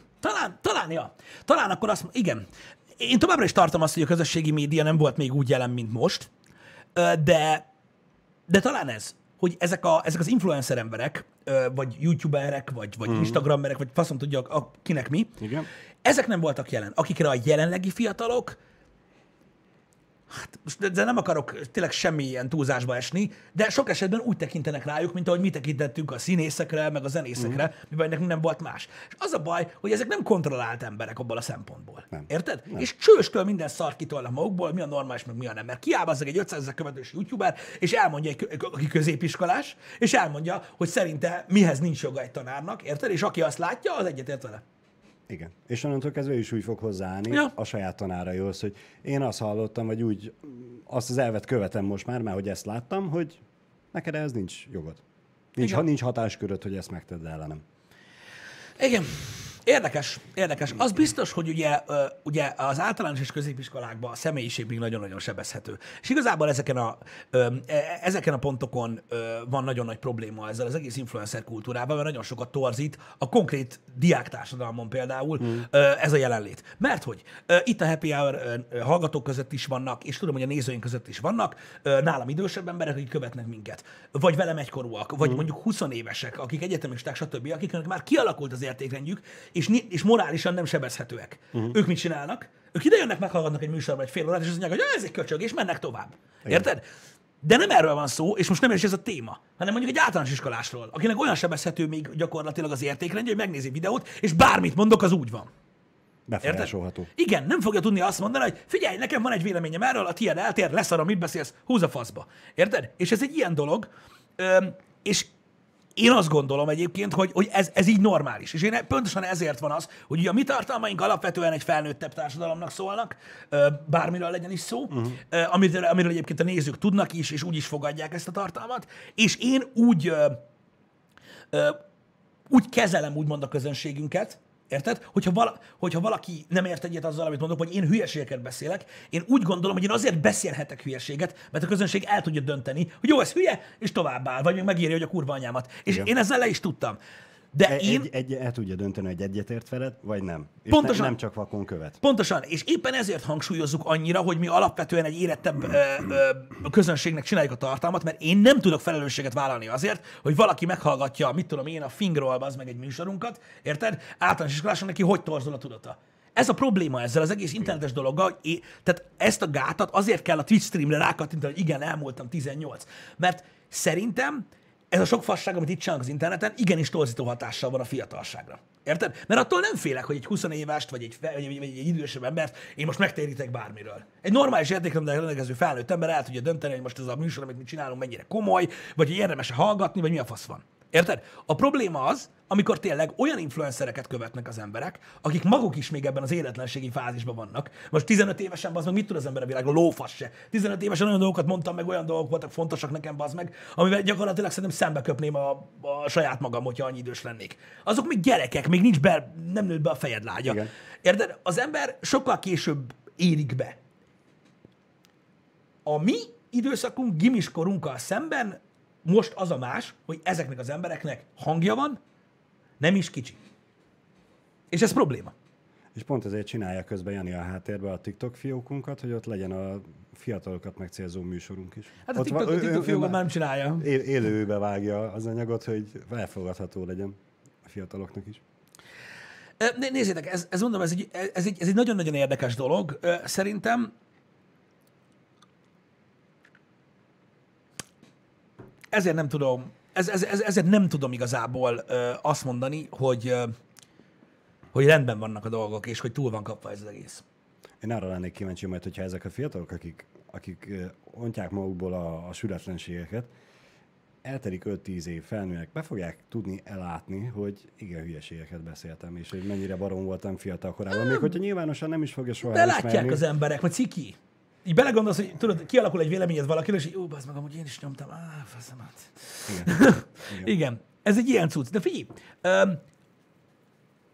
talán akkor azt, igen. Én továbbra is tartom azt, hogy a közösségi média nem volt még úgy jelen, mint most, de talán ez, hogy ezek az influencer emberek, vagy youtuberek, vagy instagramerek, vagy faszom tudja, kinek mi, Igen. ezek nem voltak jelen. Akikre a jelenlegi fiatalok, hát most de nem akarok tényleg semmilyen túlzásba esni, de sok esetben úgy tekintenek rájuk, mint ahogy mi tekintettünk a színészekre, meg a zenészekre, mivel nekünk nem volt más. És az a baj, hogy ezek nem kontrollált emberek abból a szempontból. Nem. Érted? Nem. És csőstől minden szart kitolnak magukból, mi a normális, meg mi a nem. Mert kiállbazzak egy 500 000 követős youtuber, és elmondja, aki középiskolás, és elmondja, hogy szerinte mihez nincs joga egy tanárnak, érted? És aki azt látja, az egyetért vele. Igen. És onnantól kezdve ő is úgy fog hozzáállni a saját tanáraihoz, hogy én azt hallottam, vagy úgy azt az elvet követem most már, mert hogy ezt láttam, hogy neked ehhez nincs jogod. Nincs hatásköröd, hogy ezt megtedd ellenem. Igen. Érdekes. Az biztos, hogy ugye az általános és középiskolákban a személyiség még nagyon-nagyon sebezhető. És igazából ezeken a pontokon van nagyon nagy probléma ezzel az egész influencer kultúrával, mert nagyon sokat torzít a konkrét diáktársadalmon például ez a jelenlét. Mert hogy itt a Happy Hour hallgatók között is vannak, és tudom, hogy a nézőink között is vannak nálam idősebb emberek, akik követnek minket. Vagy velem egykorúak, vagy mondjuk 20 évesek, akik egyetemisták, stb., akiknek már kialakult az értékrendjük, és morálisan nem sebezhetőek. Ők mit csinálnak? Ők idejönnek, meghallgatnak egy műsorban egy fél órát, és azt mondják, hogy ez egy köcsög, és mennek tovább. Érted? De nem erről van szó, és most nem is ez a téma, hanem mondjuk egy általános iskolásról, akinek olyan sebezhető még gyakorlatilag az értékrendje, hogy megnézi videót, és bármit mondok, az úgy van. Befolyásolható. Igen, nem fogja tudni azt mondani, hogy figyelj, nekem van egy véleményem erről, a tiéd eltér, leszarom, mit beszélsz, húz a faszba. Érted? És ez egy ilyen dolog, és én azt gondolom egyébként, hogy ez így normális. És pontosan ezért van az, hogy ugye a mi tartalmaink alapvetően egy felnőttebb társadalomnak szólnak, bármiről legyen is szó, amiről egyébként a nézők tudnak is, és úgy is fogadják ezt a tartalmat. És én úgy kezelem úgymond a közönségünket, érted? Hogyha valaki nem ért egyet azzal, amit mondok, vagy én hülyeségeket beszélek, én úgy gondolom, hogy én azért beszélhetek hülyeséget, mert a közönség el tudja dönteni, hogy jó, ez hülye, és továbbáll, vagy még megírja, hogy a kurva anyámat. És én ezzel le is tudtam. De el tudja dönteni, hogy egyetért veled, vagy nem. És pontosan, nem csak vakon követ. Pontosan, és éppen ezért hangsúlyozzuk annyira, hogy mi alapvetően egy érettebb közönségnek csináljuk a tartalmat, mert én nem tudok felelősséget vállalni azért, hogy valaki meghallgatja, mit tudom én, a Fingról az meg egy műsorunkat, érted? Általános iskoláson neki hogy torzul a tudata. Ez a probléma ezzel az egész internetes dologgal, tehát ezt a gátat azért kell a Twitch streamre rákattintani, hogy igen, elmúltam 18. Mert szerintem ez a sok fasság, amit itt csinálunk az interneten, igenis torzító hatással van a fiatalságra. Érted? Mert attól nem félek, hogy egy 20 évest, vagy egy idősebb embert én most megtérítek bármiről. Egy normális értékrendel rendelkező felnőtt ember el tudja dönteni, hogy most ez a műsor, amit mi csinálunk, mennyire komoly, vagy hogy érdemes hallgatni, vagy mi a fasz van. Érted? A probléma az, amikor tényleg olyan influencereket követnek az emberek, akik maguk is még ebben az életlenségi fázisban vannak. Most 15 évesen, bazd meg, mit tud az ember a világon? Lófasz se. 15 évesen olyan dolgokat mondtam, meg olyan dolgok voltak fontosak nekem, bazd meg, amivel gyakorlatilag szerintem szembe köpném a saját magam, hogyha annyi idős lennék. Azok még gyerekek, még nem nőtt be a fejed lágya. Igen. Érted? Az ember sokkal később érik be. A mi időszakunk, gimiskorunkkal szemben most az a más, hogy ezeknek az embereknek hangja van, nem is kicsi. És ez probléma. És pont ezért csinálja közben Jani a háttérbe a TikTok fiókunkat, hogy ott legyen a fiatalokat megcélzó műsorunk is. Hát a TikTok fiókat már nem csinálja. Élőbe vágja az anyagot, hogy elfogadható legyen a fiataloknak is. Nézzétek, mondom, ez egy nagyon-nagyon érdekes dolog. Szerintem ezért nem tudom, ezért nem tudom igazából azt mondani, hogy rendben vannak a dolgok, és hogy túl van kapva ez az egész. Én arra lennék kíváncsi majd, hogyha ezek a fiatalok, akik ontják magukból a sületlenségeket, eltelik 5-10 év, felnőnek, be fogják tudni elátni, hogy igen, hülyeségeket beszéltem, és hogy mennyire barom voltam fiatal korában. Még hogyha nyilvánosan nem is fogja soha elismerni. De látják az emberek, hogy ciki. Így belegondolsz, hogy tudod, kialakul egy véleményed valakiről, és így, bazd meg, amúgy én is nyomtam. Faszomat. Igen. Igen. Ez egy ilyen cucc. De figyelj,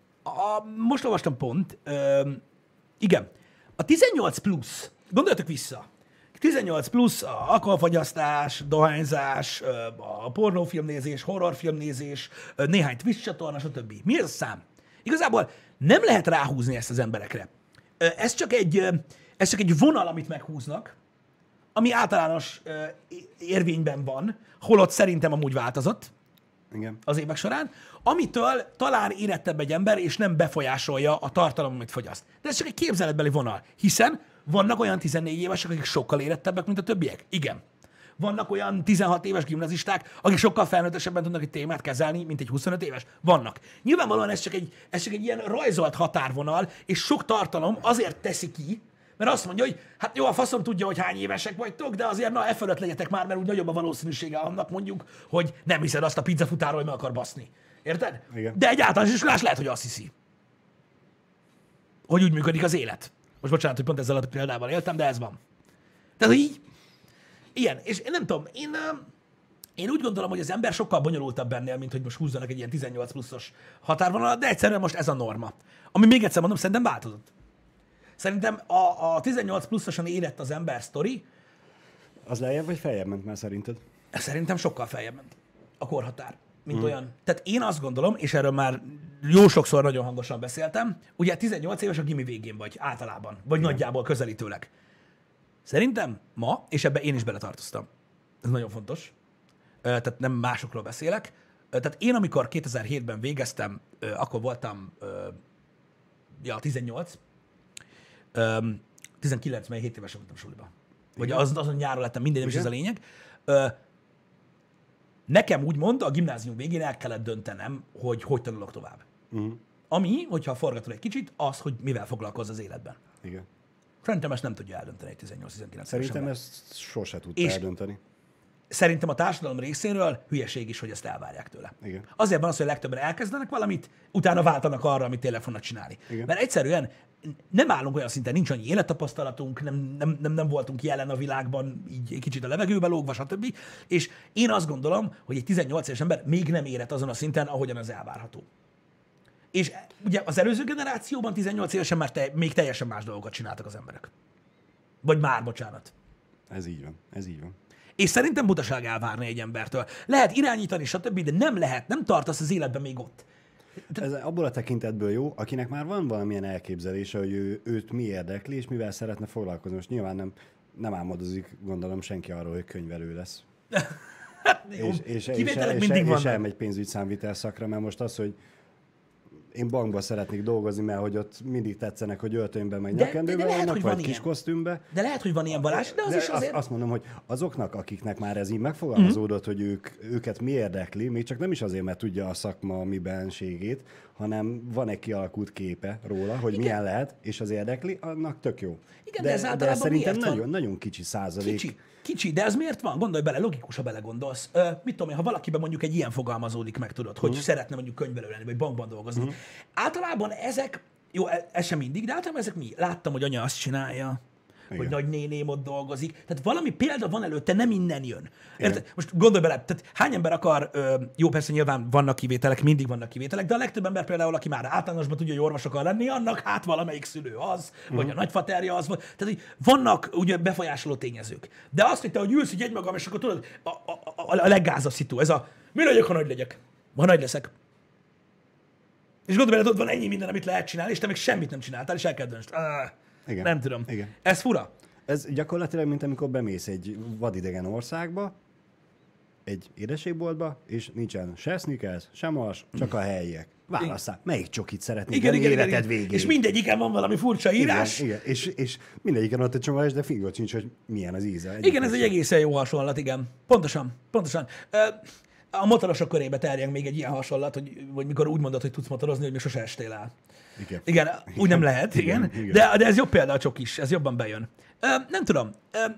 most olvastam pont, igen, a 18 plusz, gondoljatok vissza, 18 plusz, a alkoholfogyasztás, dohányzás, a pornófilmnézés, horrorfilmnézés, néhány Twitch csatorna, stb. Mi ez a szám? Igazából nem lehet ráhúzni ezt az emberekre. Ez csak egy vonal, amit meghúznak, ami általános érvényben van, holott szerintem amúgy változott Igen. az évek során, amitől talán érettebb egy ember, és nem befolyásolja a tartalom, amit fogyaszt. De ez csak egy képzeletbeli vonal, hiszen vannak olyan 14 évesek, akik sokkal érettebbek, mint a többiek. Igen. Vannak olyan 16 éves gimnazisták, akik sokkal felnőttesebben tudnak egy témát kezelni, mint egy 25 éves. Vannak. Nyilvánvalóan ez csak egy ilyen rajzolt határvonal, és sok tartalom azért teszi ki, mert azt mondja, hogy hát jó, a faszom tudja, hogy hány évesek vagytok, de azért na, e fölött legyetek már, mert úgy nagyobb a valószínűsége annak mondjuk, hogy nem hiszed azt a pizzafutáról, hogy meg akar baszni. Érted? Igen. De egy általános iskolás lehet, hogy azt hiszi. Hogy úgy működik az élet. Most bocsánat, hogy pont ezzel a példával éltem, de ez van. Tehát, hogy így, ilyen. És én nem tudom, én úgy gondolom, hogy az ember sokkal bonyolultabb ennél, mint hogy most húzzanak egy ilyen 18 pluszos határvonalat, de egyszerűen most ez a norma. Ami még egyszer mondom, szerintem változott. Szerintem a 18 pluszosan érett az ember sztori, Az lejjebb vagy feljebb ment már szerinted? szerintem sokkal feljebb ment a korhatár, mint olyan. Tehát én azt gondolom, és erről már jó sokszor nagyon hangosan beszéltem, ugye 18 éves a gimi végén vagy általában, vagy nagyjából közelítőleg. Szerintem ma, és ebbe én is beletartoztam, ez nagyon fontos, tehát nem másokról beszélek, tehát én amikor 2007-ben végeztem, akkor voltam 18, 19, mert 7 évesen voltam suliba. Vagy azon nyáron lettem, minden, nem is ez a lényeg. Nekem úgymond a gimnázium végén el kellett döntenem, hogy tanulok tovább. Ami, hogyha forgatol egy kicsit, az, hogy mivel foglalkozz az életben. Igen. Szerintem ezt nem tudja eldönteni egy 18-19 Szerintem ember. ezt sose tudta És- eldönteni. Szerintem a társadalom részéről hülyeség is, hogy ezt elvárják tőle. Igen. Azért van az, hogy a legtöbben elkezdenek valamit, utána váltanak arra, amit tényleg fognak csinálni. Igen. Mert egyszerűen nem állunk olyan szinten, nincs annyi élettapasztalatunk, nem voltunk jelen a világban, így egy kicsit a levegőbe lógva, stb. És én azt gondolom, hogy egy 18 éves ember még nem érett azon a szinten, ahogyan az elvárható. És ugye az előző generációban 18 évesen már még teljesen más dolgokat csináltak az emberek. Vagy már, bocsánat. Ez így van. Ez így van. És szerintem butaság elvárni egy embertől. Lehet irányítani, stb., de nem lehet, nem tartasz az életben még ott. Ez abból a tekintetből jó, akinek már van valamilyen elképzelése, hogy őt mi érdekli, és mivel szeretne foglalkozni. Most nyilván nem álmodozik, gondolom, senki arról, hogy könyvelő lesz. Jó, És kivételek mindig vannak. elmegy pénzügyszámvitel szakra, mert most az, hogy én bankban szeretnék dolgozni, mert hogy ott mindig tetszenek, hogy öltönyben, meg De nyakkendőben lehet, vannak, hogy vagy van kis ilyen. kosztümbe. De lehet, hogy van ilyen Balázs, de az is azért... Azt mondom, hogy azoknak, akiknek már ez így megfogalmazódott, hogy őket mi érdekli, még csak nem is azért, mert tudja a szakma mibenségét, hanem van egy kialakult képe róla, hogy milyen lehet, és az érdekli, annak tök jó. Igen, de ez általában szerintem miért van? nagyon, nagyon kicsi százalék. Kicsi, de ez miért van? Gondolj bele, logikus, ha belegondolsz. Mit tudom én, ha valakiben mondjuk egy ilyen fogalmazódik meg, tudod, hogy szeretne mondjuk könyvelő lenni, vagy bankban dolgozni. Általában ezek, jó, ez sem mindig, de általában ezek mi? Láttam, hogy anya azt csinálja, hogy Igen. nagynéném ott dolgozik. Tehát valami példa van előtte, nem innen jön. Érted? Most gondolj bele, tehát hány ember akar, jó, persze nyilván vannak kivételek, mindig vannak kivételek, de a legtöbb ember például, aki már általánosban tudja, hogy orvos akar lenni, annak hát valamelyik szülő az, vagy a nagyfaterja az, vagy, tehát hogy vannak ugye befolyásoló tényezők. De azt, hogy te, hogy ülsz így egymagam, és akkor tudod, a leggázabb szitu, ez a mi legyek, ha nagy legyek, ha nagy leszek. És gondolj bele, ott van ennyi minden, amit lehet csinálni, és te még semmit nem csináltál, és el kell döntsd. Igen. Nem tudom. Igen. Ez fura. Ez gyakorlatilag, mint amikor bemész egy vadidegen országba, egy édességboltba, és nincsen se sneakers, sem mars, csak a helyiek. Válasszál, melyik csokit szeretnél venni életed végéig? És mindegyiken van valami furcsa írás. Igen. És mindegyiken ott egy csomagolás, de fingott sincs, hogy milyen az íze. Igen, ez egy egészen jó hasonlat, igen. Pontosan. A motorosok körébe terjeng még egy ilyen hasonlat, hogy mikor úgy mondod, hogy tudsz motorozni, hogy még sose estél el. Igen, úgy nem lehet, igen. De ez jobb példa a csokis, ez jobban bejön. Nem tudom.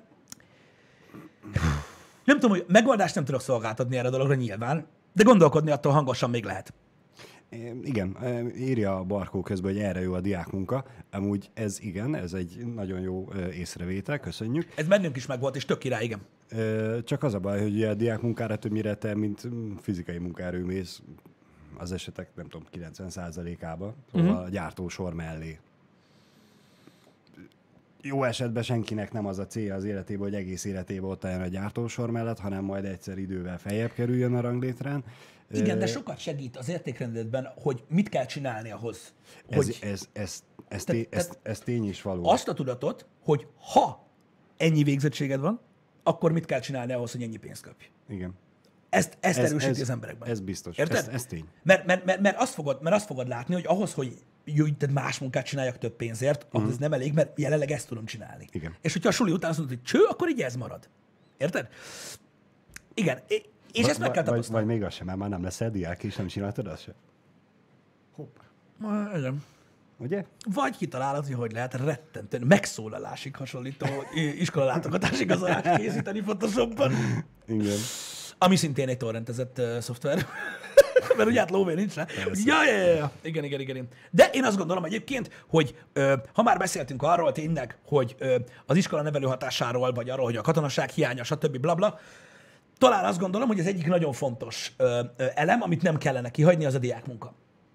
Nem tudom, hogy megoldást nem tudok szolgáltatni erre a dologra nyilván, de gondolkodni attól hangosan még lehet. Igen, írja a Barkó közben, hogy erre jó a diákmunka. Amúgy ez egy nagyon jó észrevétel, köszönjük. Ez bennünk is megvolt, és tök király, igen. Csak az a baj, hogy a diákmunkára többnyire te, mint fizikai munkáról mész az esetek, nem tudom, 90%-ába, szóval a gyártósor mellé. Jó esetben senkinek nem az a célja az életében, hogy egész életében ott álljon a gyártósor mellett, hanem majd egyszer idővel feljebb kerüljön a ranglétrán. Igen, de sokat segít az értékrendedben, hogy mit kell csinálni ahhoz. Hogy Ez tény is való. azt a tudatot, hogy ha ennyi végzettséged van, akkor mit kell csinálni ahhoz, hogy ennyi pénzt kapj. Igen. Ezt erősíti az emberekben. Ez biztos. Érted? Ez tény. Mert azt fogod látni, hogy ahhoz, hogy tehát más munkát csináljak több pénzért, ahhoz ez nem elég, mert jelenleg ezt tudom csinálni. Igen. És hogyha a suli után azt mondod, hogy cső, akkor így ez marad. Érted? Igen. És ezt meg kell tapasztalni. Vagy még az sem, mert már nem leszel diák, és nem csináltad azt sem. Hoppá. Igen. Ugye? Vagy kitalálod, hogy lehet rettentően megszólalásig hasonlító iskolalátogatási igazolást készíteni Photoshopban. Igen. Ami szintén egy torrentezett szoftver. Mert ugye hát lóvé nincs rá. Ja. Igen. De én azt gondolom egyébként, hogy ha már beszéltünk arról tényleg, hogy az iskola nevelő hatásáról, vagy arról, hogy a katonaság hiánya, stb. Blabla, talán azt gondolom, hogy az egyik nagyon fontos elem, amit nem kellene kihagyni, az a diákmunka.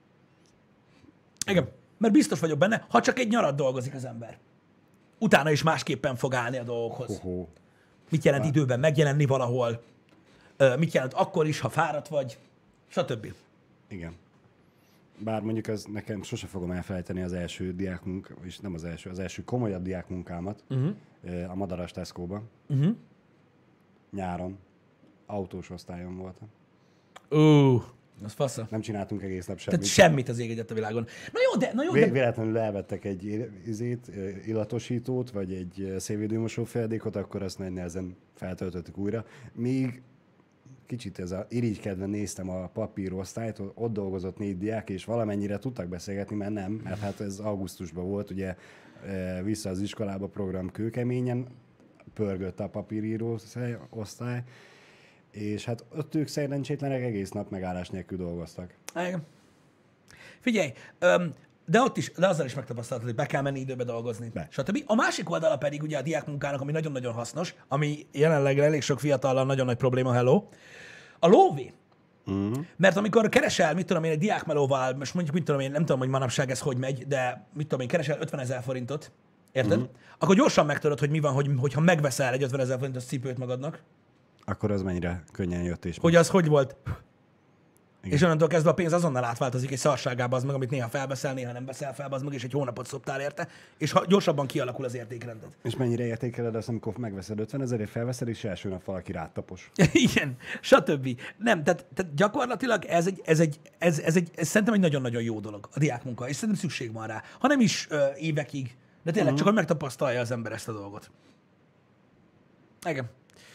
Igen. Mert biztos vagyok benne, ha csak egy nyarat dolgozik az ember. Utána is másképpen fog állni a dolgokhoz. Mit jelent időben megjelenni valahol, mit jelent akkor is, ha fáradt vagy, stb. Igen. Bár mondjuk ez nekem sose fogom elfelejteni az első diákmunk, és nem az első komolyabb diákmunkámat a Madaras Tesco-ban. Nyáron. Autós osztályon voltam. Az fasza. Nem csináltunk egész nap semmit. Tehát semmit az ég egyet a világon. Na jó, de... Véletlenül elvettek egy illatosítót, vagy egy szélvédőmosófejadékot, akkor azt nagy nehezen feltöltöttük újra. Míg kicsit irigykedve néztem a papírosztályt, ott dolgozott 4 diák, és valamennyire tudtak beszélgetni, mert hát ez augusztusban volt, ugye vissza az iskolába program kőkeményen, pörgött a papíríró osztály, és hát ott ők szerencsétlenek egész nap megállás nélkül dolgoztak. Igen. Figyelj, de azzal is megtapasztaltad, hogy be kell menni időbe dolgozni, stb. A másik oldala pedig ugye a diákmunkának, ami nagyon-nagyon hasznos, ami jelenleg elég sok fiatallal nagyon nagy probléma, a lóvé. Mert amikor keresel, mit tudom én, egy diákmelóval, most mondjuk, mit tudom én, nem tudom, hogy manapság ez hogy megy, de mit tudom én, keresel 50 000 forintot, érted? Akkor gyorsan megtudod, hogy mi van, hogyha megveszel egy 50 000 forintos cipőt magadnak. Akkor az mennyire könnyen jött és... Hogy az hogy volt? Igen. És onnantól kezdve a pénz azonnal átváltozik egy szarságába az meg, amit néha felveszel, néha nem veszel fel, az meg, és egy hónapot szoptál érte, és gyorsabban kialakul az értékrended. És mennyire értékeled azt, amikor megveszed 50 000-ért, felveszed, és első nap valaki rátapos. Igen, stb. Nem, tehát gyakorlatilag ez szerintem egy nagyon-nagyon jó dolog, a diákmunka, és szerintem szükség van rá. Ha nem is évekig, de tényleg csak, hogy megtapasztalja az ember ezt a dolgot. Igen.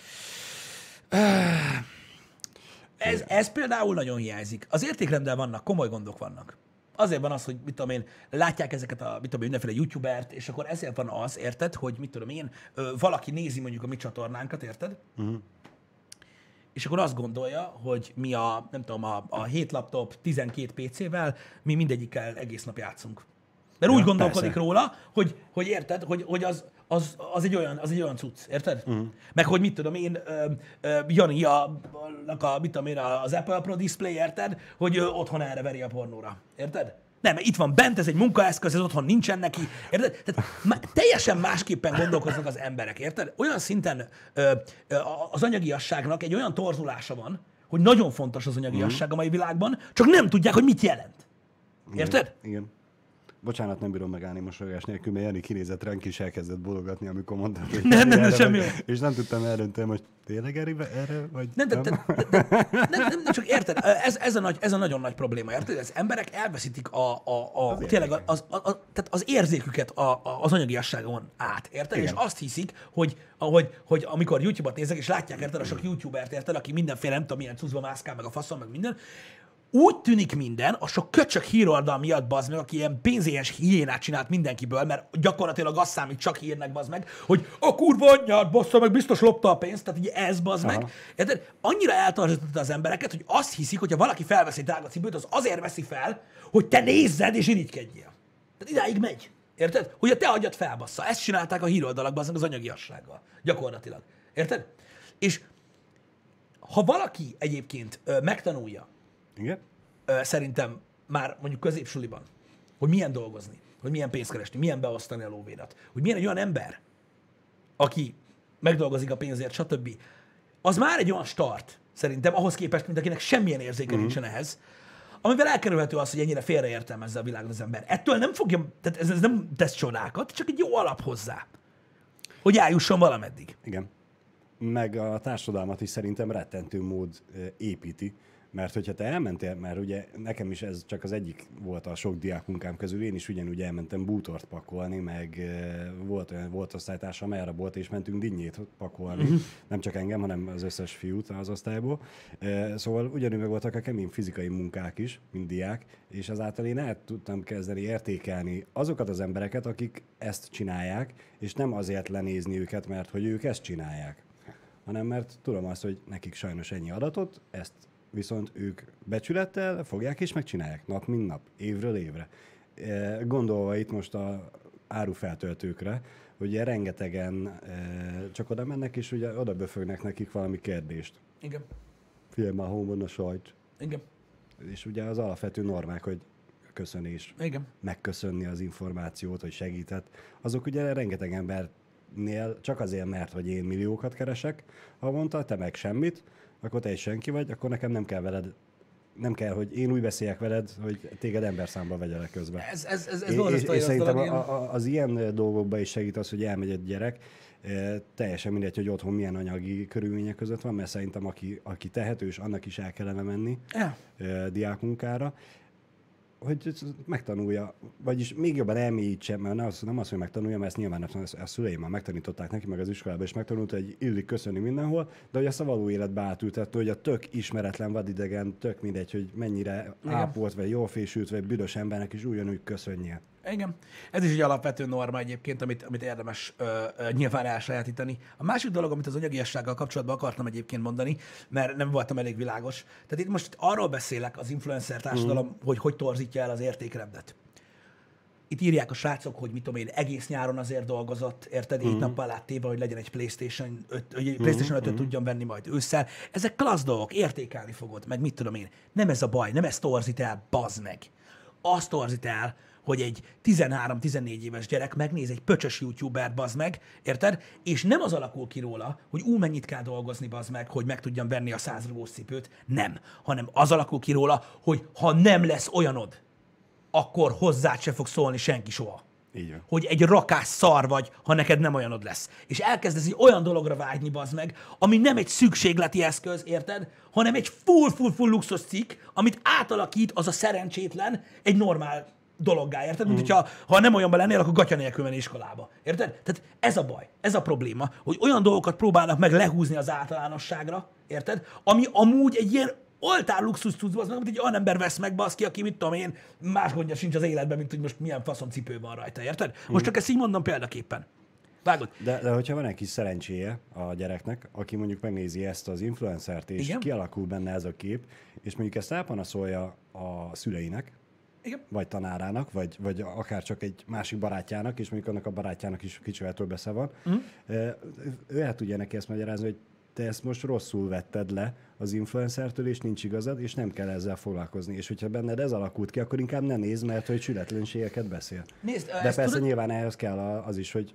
Ez például nagyon hiányzik. Az értékrenddel vannak, komoly gondok vannak. Azért van az, hogy mit tudom én, látják ezeket a mindenféle youtubert, és akkor ezért van az, érted, hogy mit tudom én, valaki nézi mondjuk a mi csatornánkat, érted? És akkor azt gondolja, hogy mi nem tudom, a 7 laptop 12 PC-vel, mi mindegyikkel egész nap játszunk. Mert úgy gondolkodik róla, hogy érted, hogy az egy olyan cucc, érted? Meg hogy mit tudom én, Jani mit tudom én, az Apple Pro Display, érted? Hogy otthon erre veri a pornóra, érted? Nem, itt van bent, ez egy munkaeszköz, ez otthon nincsen neki, érted? Tehát teljesen másképpen gondolkoznak az emberek, érted? Olyan szinten az anyagiasságnak egy olyan torzulása van, hogy nagyon fontos az anyagiasság a mai világban, csak nem tudják, hogy mit jelent. Érted? Igen. Bocsánat, nem bírom megállni mosolygás nélkül, mert Jani kinézett ránk és elkezdett bologatni, amikor mondtad, hogy nem, semmi. És nem tudtam eldönteni, most tényleg erre, vagy nem? Nem, csak érted, ez a nagyon nagy probléma, érted? Az emberek elveszítik tényleg tehát az érzéküket az anyagiasságon át, érted? Igen. És azt hiszik, hogy amikor YouTube-ot nézek, és látják, érted, a sok YouTubert, érted, aki mindenféle, nem tudom, milyen cuccba mászkál, meg a faszon, meg minden, úgy tűnik minden, a sok köcsök híroldal miatt, bazd meg, aki ilyen pénzéhes hiénát csinált mindenkiből, mert gyakorlatilag azt számít csak hírnek, bazd meg, hogy a kurva anyját, bassza meg, biztos lopta a pénzt, tehát ugye ez, bazd meg. Érted? Annyira eltarzította az embereket, hogy azt hiszik, hogy ha valaki felvesz egy drága cipőt, az azért veszi fel, hogy te nézzed és irigykedjél. Tehát idáig megy. Érted? Hogy a te agyad felbassza. Ezt csinálták a híroldalak, az anyagiassággal. Gyakorlatilag. Érted? És ha valaki egyébként megtanulja, igen? szerintem már mondjuk középsuliban, hogy milyen dolgozni, hogy milyen pénzt keresni, milyen beosztani a lóvérat, hogy milyen egy olyan ember, aki megdolgozik a pénzért, stb. Az már egy olyan start, szerintem, ahhoz képest, mint akinek semmilyen érzéke nincsen ehhez, amivel elkerülhető az, hogy ennyire félreértelmezze a világot az ember. Ettől nem fogja, tehát ez nem tesz csodákat, csak egy jó alap hozzá, hogy eljusson valameddig. Igen. Meg a társadalmat is szerintem rettentő mód építi, mert hogyha te elmentél, mert ugye nekem is ez csak az egyik volt a sok diákmunkám közül, én is ugyanúgy elmentem bútort pakolni, meg volt osztálytársam, elrabolt, és mentünk dinnyét pakolni, nem csak engem, hanem az összes fiút az osztályból. Szóval ugyanúgy meg voltak a kemény fizikai munkák is, mint diák, és ezáltal én el tudtam kezdeni értékelni azokat az embereket, akik ezt csinálják, és nem azért lenézni őket, mert hogy ők ezt csinálják, hanem mert tudom azt, hogy nekik sajnos ennyi adatot, ezt viszont ők becsülettel fogják és megcsinálják nap mint nap, évről évre. Gondolva itt most a árufeltöltőkre, ugye rengetegen csak oda mennek, és ugye oda böfögnek nekik valami kérdést. Igen. Figyelj már, hol van a sajt? Igen. És ugye az alapvető normák, hogy köszönés, Igen. megköszönni az információt, hogy segített, azok ugye rengeteg embernél csak azért, mert hogy én milliókat keresek havonta, te meg semmit, akkor te egy senki vagy, akkor nekem nem kell, hogy én úgy beszéljek veled, hogy téged emberszámba vegyelek közben. Ez és szerintem az ilyen dolgokban is segít az, hogy elmegy egy gyerek, teljesen mindegy, hogy otthon milyen anyagi körülmények között van, mert szerintem aki tehetős, annak is el kellene menni diákmunkára, hogy megtanulja, vagyis még jobban elmélyítse, mert nem az, hogy megtanulja, mert ezt nyilván a szüleim már megtanították neki, meg az iskolában is megtanulta, hogy illik köszönni mindenhol, de hogy azt a való életbe átültette, hogy a tök ismeretlen vadidegen, tök mindegy, hogy mennyire ápolt, vagy jól fésült, vagy büdös embernek is ugyanúgy köszönje. Igen. Ez is egy alapvető norma egyébként, amit érdemes nyilván elsajátítani. A másik dolog, amit az anyagiassággal kapcsolatban akartam egyébként mondani, mert nem voltam elég világos. Tehát itt most arról beszélek, az influencer társadalom, hogy torzítja el az értékrendet. Itt írják a srácok, hogy mit tudom én, egész nyáron azért dolgozott, érted, 7 nappal áttéve, hogy legyen egy PlayStation 5, hogy PlayStation 5-öt tudjon venni majd ősszel. Ezek klassz dolgok, értékelni fogod, meg mit tudom én. Nem ez a baj, nem ez torzít el, bazd meg. Azt torzít el, hogy egy 13-14 éves gyerek megnéz egy pöcsös YouTubert, bazd meg, érted? És nem az alakul ki róla, hogy mennyit kell dolgozni, bazd meg, hogy meg tudjam venni a 100 eurós cipőt. Nem. Hanem az alakul ki róla, hogy ha nem lesz olyanod, akkor hozzád se fog szólni senki soha. Így van. Hogy egy rakás szar vagy, ha neked nem olyanod lesz. És elkezdesz egy olyan dologra vágyni, bazd meg, ami nem egy szükségleti eszköz, érted? Hanem egy full luxus cikk, amit átalakít az a szerencsétlen egy normál dologgá, érted? Mint hogyha ha nem olyanban lennél, akkor gatya nélkül menni iskolába. Érted? Tehát ez a baj, ez a probléma, hogy olyan dolgokat próbálnak meg lehúzni az általánosságra, érted? Ami amúgy egy ilyen oltár luxus tudsz, az meg, mint egy olyan ember vesz meg, baszki, aki mit tudom én, más gondja sincs az életben, mint hogy most milyen faszom cipő van rajta, érted? Most csak ezt így mondom példaképpen. Vágod? De hogyha van egy kis szerencséje a gyereknek, aki mondjuk megnézi ezt az influencert, és Igen. kialakul benne ez a kép, és mondjuk ezt elpanaszolja a szüleinek, Igen. vagy tanárának, vagy akár csak egy másik barátjának, és mondjuk annak a barátjának is kicsivel több esze van, ő el tudja neki ezt magyarázni, hogy te ezt most rosszul vetted le az influencertől, és nincs igazad, és nem kell ezzel foglalkozni. És hogyha benned ez alakult ki, akkor inkább ne nézd, mert hogy sületlenségeket beszél. Nézd, de persze nyilván ehhez kell az is, hogy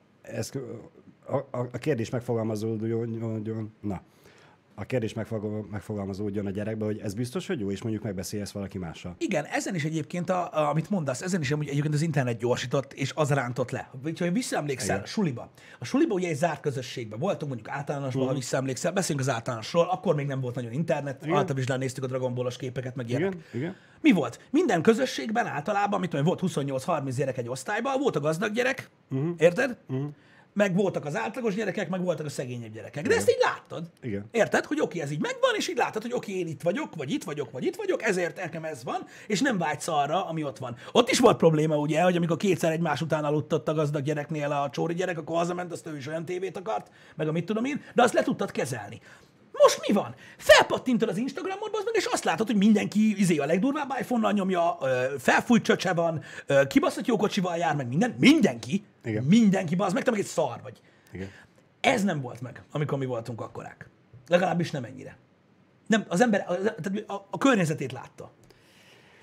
a kérdés megfogalmazódjon, a kérdés megfogalmazódjon a gyerekbe, hogy ez biztos, hogy jó, és mondjuk megbeszélj ezt valaki mással. Igen, ezen is egyébként, amit mondasz, ezen is egyébként az internet gyorsított, és az rántott le. Ha visszaemlékszel, a suliba. A suliba ugye egy zárt közösségben voltunk, mondjuk általánosban, ha visszaemlékszel, beszélünk az általánosról, akkor még nem volt nagyon internet, általában néztük a Dragon Ball-os képeket, meg ilyenek. Igen. Mi volt? Minden közösségben általában, mit tudom, volt 28-30 gyerek egy osztályban, volt a gazdag gyerek, érted? Meg voltak az átlagos gyerekek, meg voltak a szegényebb gyerekek. De ezt így láttad. Igen. Érted, hogy oké, ez így megvan, és így láttad, hogy oké, én itt vagyok, vagy itt vagyok, vagy itt vagyok, ezért nekem ez van, és nem vágysz arra, ami ott van. Ott is volt probléma, ugye, hogy amikor kétszer egymás után aludtott a gazdag gyereknél a csóri gyerek, akkor hazament, azt ő is olyan tévét akart, meg amit tudom én, de azt le tudtad kezelni. Most mi van? Felpattintod az Instagramodba, meg, és azt látod, hogy mindenki a legdurvább iPhone-nal nyomja, felfújt csöcse van, kibaszott jó kocsival jár, meg mindenki. Igen. Mindenki, bazd meg, te meg egy szar vagy. Igen. Ez nem volt meg, amikor mi voltunk akkorák. Legalábbis nem ennyire. Nem, az ember a környezetét látta.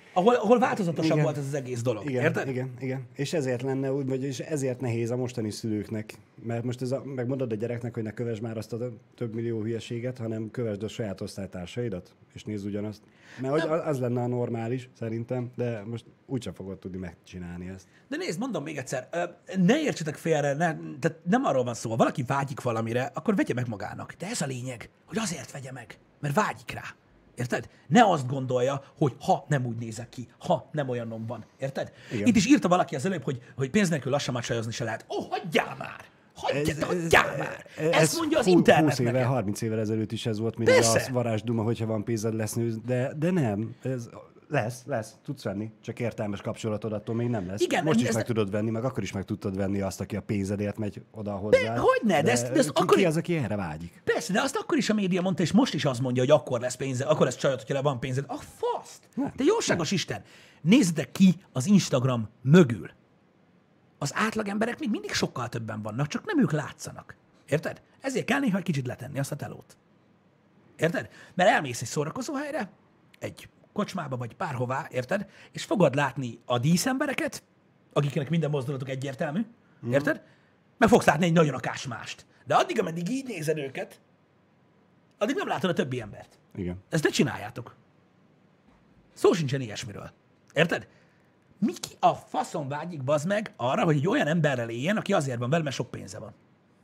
ahol változatosabb Igen. volt ez az egész dolog. Igen, Érted? igen. És ezért lenne úgy, vagy és ezért nehéz a mostani szülőknek. Mert most megmondod a gyereknek, hogy ne kövesd már azt a több millió hülyeséget, hanem kövesd a saját osztálytársaidat, és nézd ugyanazt. Mert hogy az lenne a normális, szerintem, de most úgysem fogod tudni megcsinálni ezt. De nézd, mondom még egyszer, ne értsetek félre, tehát nem arról van szó, ha valaki vágyik valamire, akkor vegye meg magának. De ez a lényeg, hogy azért vegye meg, mert vágyik rá. Érted? Ne azt gondolja, hogy ha nem úgy nézek ki, ha nem olyanom van. Érted? Igen. Itt is írta valaki az előbb, hogy pénz nélkül lassan már csajozni se lehet. Hagyjál már! Hagyjál már! Ezt mondja az internet 20 évvel, nekem. 30 évvel ezelőtt is ez volt mindig Persze. a varázsduma, hogyha van pénzed, lesz nő, de nem. Lesz, tudsz venni, csak értelmes kapcsolatod attól még nem lesz. Igen, most is ez- meg tudod venni, meg akkor is meg tudtad venni azt, aki a pénzedért megy oda hozzá. Hogyne, de ezt akkor- ki az, aki erre vágyik? Persze, de azt akkor is a média mondta, és most is azt mondja, hogy akkor lesz pénzed, akkor lesz csajod, hogyha van pénzed. A faszt! De jóságos Isten! Nézzétek ki az Instagram mögül. Az átlag emberek még mindig sokkal többen vannak, csak nem ők látszanak. Érted? Ezért kell néha egy kicsit letenni azt a telót. Érted? Mert elmész egy szórakozó helyre, egy kocsmába vagy bárhová, érted? És fogod látni a díszembereket, akiknek minden mozdulatuk egyértelmű, érted? Meg fogsz látni egy nagyon akás mást. De addig, ameddig így nézed őket, addig nem látod a többi embert. Igen. Ezt ne csináljátok. Szó sincsen ilyesmiről. Érted? Ki a faszon vágyik, bazd meg, arra, hogy egy olyan emberrel éljen, aki azért van vele, mert sok pénze van.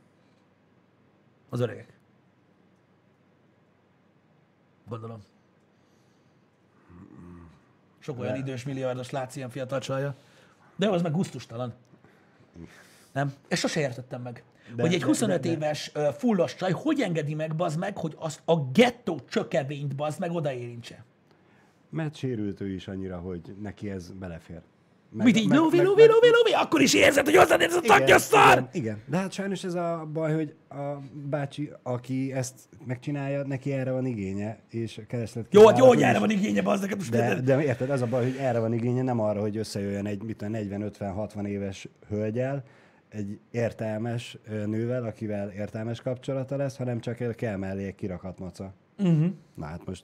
Az öregek. Gondolom. Sok olyan idős milliárdos látsz ilyen fiatal csajja. De az meg gusztustalan. Nem? Ezt sose értettem meg. Hogy egy 25 éves fullos csaj hogy engedi meg, bazd meg, hogy azt a gettó csökevényt, bazd meg, odaérintse. Mert sérült ő is annyira, hogy neki ez belefér. Mit így, lóvi, akkor is érzed, hogy hozzád ez a Igen, tagja szar! igen. De hát sajnos ez a baj, hogy a bácsi, aki ezt megcsinálja, neki erre van igénye, és kereslet Jó, hát jó, hogy kínálat erre is. van igénye, bazd neked most. De érted, az a baj, hogy erre van igénye, nem arra, hogy összejöjjön egy 40-50-60 éves hölgyel, egy értelmes nővel, akivel értelmes kapcsolata lesz, hanem csak kell mellé egy kirakat maca. Na hát most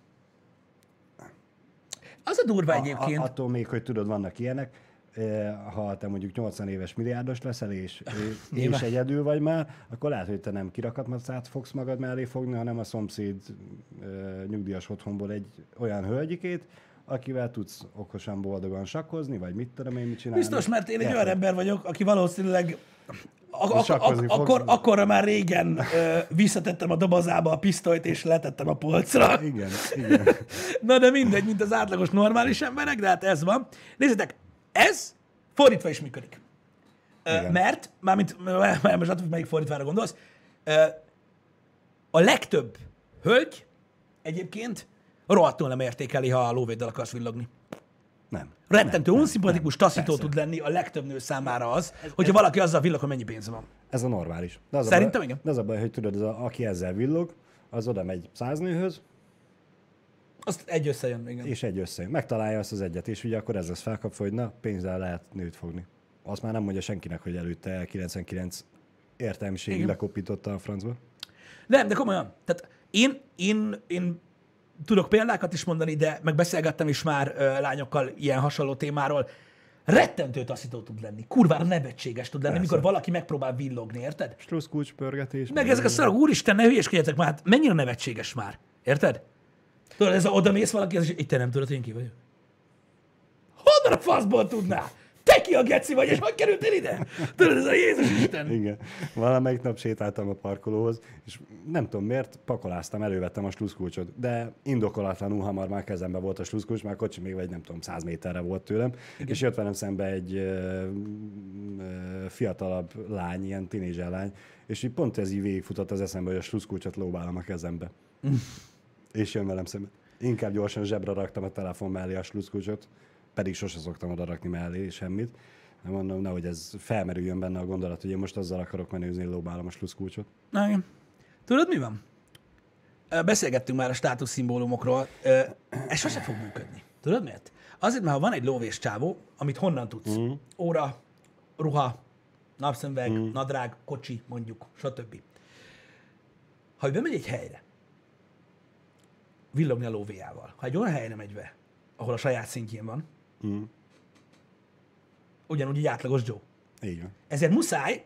Az a durva egyébként. attól még, hogy tudod, vannak ilyenek, ha te mondjuk 80 éves milliárdos leszel, és egyedül vagy már, akkor lehet, hogy te nem kirakatmacát fogsz magad mellé fogni, hanem a szomszéd nyugdíjas otthonból egy olyan hölgyikét, akivel tudsz okosan, boldogan sakkozni, vagy mit tudom én, mit csinálni. Biztos, mert én egy Érted? olyan ember vagyok, aki valószínűleg sakkozni fogsz. akkorra már régen visszatettem a dobozába a pisztolyt, és letettem a polcra. Igen. Na de mindegy, mint az átlagos normális emberek, de hát ez van. Nézzétek, ez fordítva is működik. Mert, mármint, most attól, melyik fordítvára gondolsz, a legtöbb hölgy egyébként rohadtul nem értékeli, ha a lóvéddel akarsz villogni. Nem. Rettentő unszimpatikus, taszító persze. tud lenni a legtöbb nő számára az, hogyha valaki azzal villog, hogy mennyi pénze van. Ez a normális. De az Szerintem a baj, igen. De az a baj, hogy tudod, aki ezzel villog, az oda megy 100 nőhöz, Azt egy összejön, igen. és egy összejön. Megtalálja azt az egyet, és ugye akkor ez lesz felkapva, hogy na, pénzzel lehet nőt fogni. Azt már nem mondja senkinek, hogy előtte 99 értelmiségig Igen. lekopította a francba. Nem, de komolyan. Tehát én tudok példákat is mondani, de meg beszélgettem is már lányokkal ilyen hasonló témáról. Rettentő taszító tud lenni. Kurvára nevetséges tud lenni, Persze. mikor valaki megpróbál villogni, érted? Struszkulcs pörgetés. Meg ezek a szarok, úristen, ne hülyeskedjetek már, hát mennyire nevetséges már. Érted? Tudod, ez oda mész valaki, és itt te nem tudod, én ki vagyok. Honnan a faszból tudná? Te ki a geci vagy, és hogy kerültél ide? Tudod, ez a Jézus Isten. Igen. Valamelyik nap sétáltam a parkolóhoz, és nem tudom miért, pakoláztam, elővettem a sluszkulcsot, de indokolatlanul hamar már kezembe volt a sluszkulcs, már a kocsi még vagy nem tudom, 100 méterre volt tőlem, igen. És jött velem szembe egy fiatalabb lány, ilyen tinédzser lány, és így pont ez így végigfutott az eszembe, hogy a sluszkulcsot lóbálom a kezembe. És jön velem szembe. Inkább gyorsan zsebre raktam a telefon mellé a sluszkulcsot, pedig sose szoktam oda rakni mellé semmit. Nem mondom, nehogy ez felmerüljön benne a gondolat, hogy én most azzal akarok menőzni, hogy lóbálom a sluszkulcsot. Na, igen. Tudod, mi van? Beszélgettünk már a státuszszimbólumokról. Ez sose fog működni. Tudod miért? Azért, mert ha van egy lóvés csávó, amit honnan tudsz? Óra, ruha, napszemüveg, nadrág, kocsi, mondjuk, stb. Ha ő bemegy egy helyre, villogni a lóvéjával, ha egy olyan helyre megy be, ahol a saját szintjén van. Mm. Ugyanúgy egy átlagos Joe. Így van. Ezért muszáj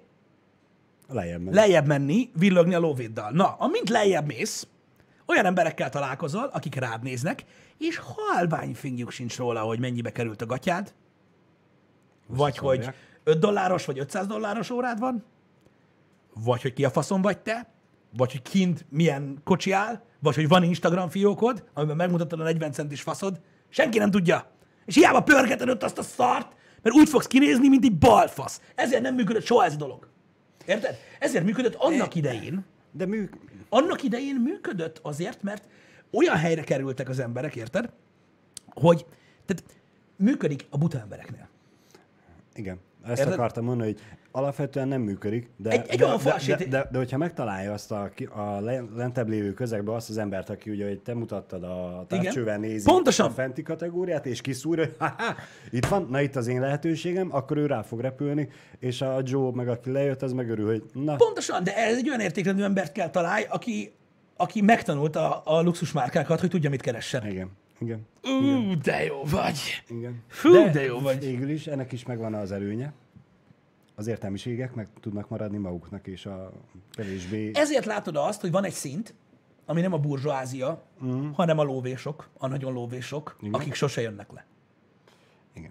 Lejjebb menni. menni, villogni a lóvéddal. Na, amint lejjebb mész, olyan emberekkel találkozol, akik rád néznek, és halvány fingjuk sincs róla, hogy mennyibe került a gatyád, vagy hogy Szólják. $5 vagy $500 órád van, vagy hogy ki a faszon vagy te, vagy hogy kint milyen kocsi áll, vagy hogy van Instagram fiókod, amiben megmutatod a 40 centis faszod. Senki nem tudja. És hiába pörgeted ott azt a szart, mert úgy fogsz kinézni, mint egy balfasz. Ezért nem működött soha ez a dolog. Érted? Ezért működött annak idején. De Annak idején működött azért, mert olyan helyre kerültek az emberek, érted? Hogy tehát működik a buta embereknél. Igen. Ezt Érted? akartam mondani, hogy alapvetően nem működik, de, Egy olyan falsét- de hogyha megtalálja azt a lentebb lévő közegbe azt az embert, aki ugye, hogy te mutattad a távcsővel nézi Pontosan. a fenti kategóriát, és kiszúrja, hogy ha, itt van, na itt az én lehetőségem, akkor ő rá fog repülni, és a Joe meg aki lejött, az megörül, hogy na, Pontosan, de ez egy olyan értékrendű embert kell találj, aki megtanulta a luxusmárkákat, hogy tudja, mit keressen. igen. Igen. De jó vagy. Igen. Fú, de jó vagy. Végül is ennek is megvan az előnye. Az értelmiségek meg tudnak maradni maguknak, és a kevésbé... Ezért látod azt, hogy van egy szint, ami nem a burzsóázia, hanem a lóvésok, a nagyon lóvésok, Igen. akik sose jönnek le. Igen.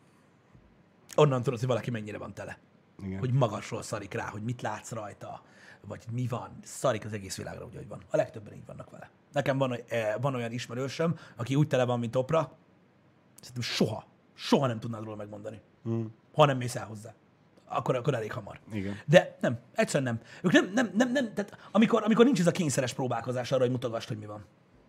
Onnan tudod, hogy valaki mennyire van tele. Igen. Hogy magasról szarik rá, hogy mit látsz rajta, vagy mi van. Szarik az egész világra, úgy, hogy van. A legtöbben így vannak vele. Nekem van olyan ismerősöm, aki úgy tele van, mint Oprah, szerintem soha nem tudnád róla megmondani. Ha nem mész el hozzá. Akkor elég hamar. Igen. De nem, egyszerűen nem. Ők nem tehát amikor nincs ez a kényszeres próbálkozás arra, hogy mutogassd, hogy mi van.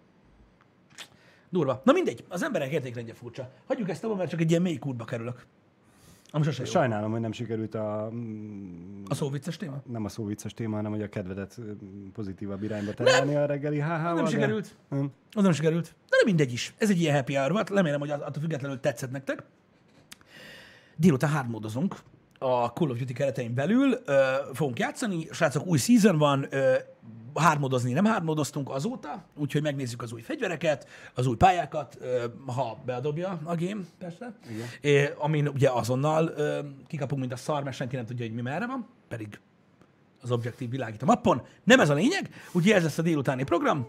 Durva. Na mindegy, az emberek értékrendje furcsa. Hagyjuk ezt abban, mert csak egy ilyen mély kútba kerülök. Ami sose jó. Sajnálom, hogy nem sikerült A szóvicces téma? nem a szó vicces téma, hanem hogy a kedvedet pozitívabb irányba terelni a reggeli HH-val. Nem sikerült. Nem. Az nem sikerült. De mindegy is. Ez egy ilyen happy hour volt. Remélem, hogy attól függetlenül tetszett nektek. Délután hardmódozunk a Call of Duty keretein belül. Fogunk játszani. Srácok, új season van. Hardmodozni nem hardmodoztunk azóta, úgyhogy megnézzük az új fegyvereket, az új pályákat, ha beadobja a game, persze. Amin ugye azonnal kikapunk, mint a szar, mert senki nem tudja, hogy mi merre van, pedig az objektív világít a mappon. Nem ez a lényeg, úgyhogy ez lesz a délutáni program.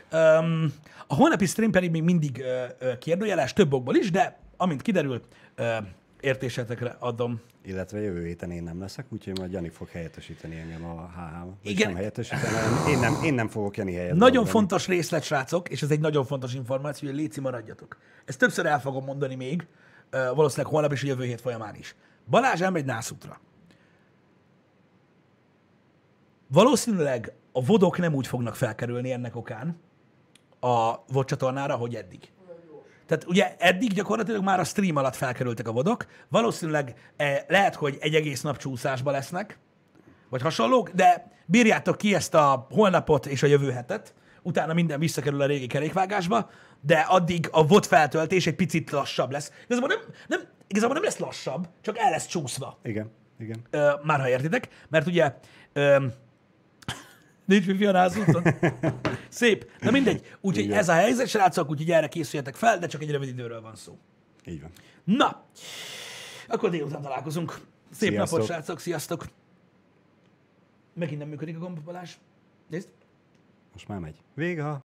A holnapi stream pedig még mindig kérdőjeles, több okból is, de amint kiderül, értésetekre adom. Illetve jövő héten én nem leszek, úgyhogy majd Jani fog helyettesíteni engem a HH-ban. Igen. Nem helyettesíteni, hanem én nem fogok Jani helyet Nagyon dolgozni. fontos részlet, srácok, és ez egy nagyon fontos információ, hogy léci maradjatok. Ezt többször el fogom mondani még, valószínűleg holnap és a jövő hét folyamán is. Balázs elmegy nászútra. Valószínűleg a vodok nem úgy fognak felkerülni ennek okán a VOD csatornára, hogy eddig. Tehát ugye eddig gyakorlatilag már a stream alatt felkerültek a vodok, valószínűleg lehet, hogy egy egész nap csúszásba lesznek, vagy hasonlók, de bírjátok ki ezt a holnapot és a jövő hetet, utána minden visszakerül a régi kerékvágásba, de addig a VOD feltöltés egy picit lassabb lesz. Igazából nem lesz lassabb, csak el lesz csúszva. Igen, igen. Már ha értitek, mert ugye nincs wifi a nászúton. Szép. Na mindegy. Úgyhogy Igen. ez a helyzet, srácok, úgyhogy erre készüljetek fel, de csak egy rövid időről van szó. Így van. Na, akkor délután találkozunk. Szép Sziasztok. napot, srácok, sziasztok. Megint nem működik a gomb, Balázs. Nézd. Most már megy. Vége.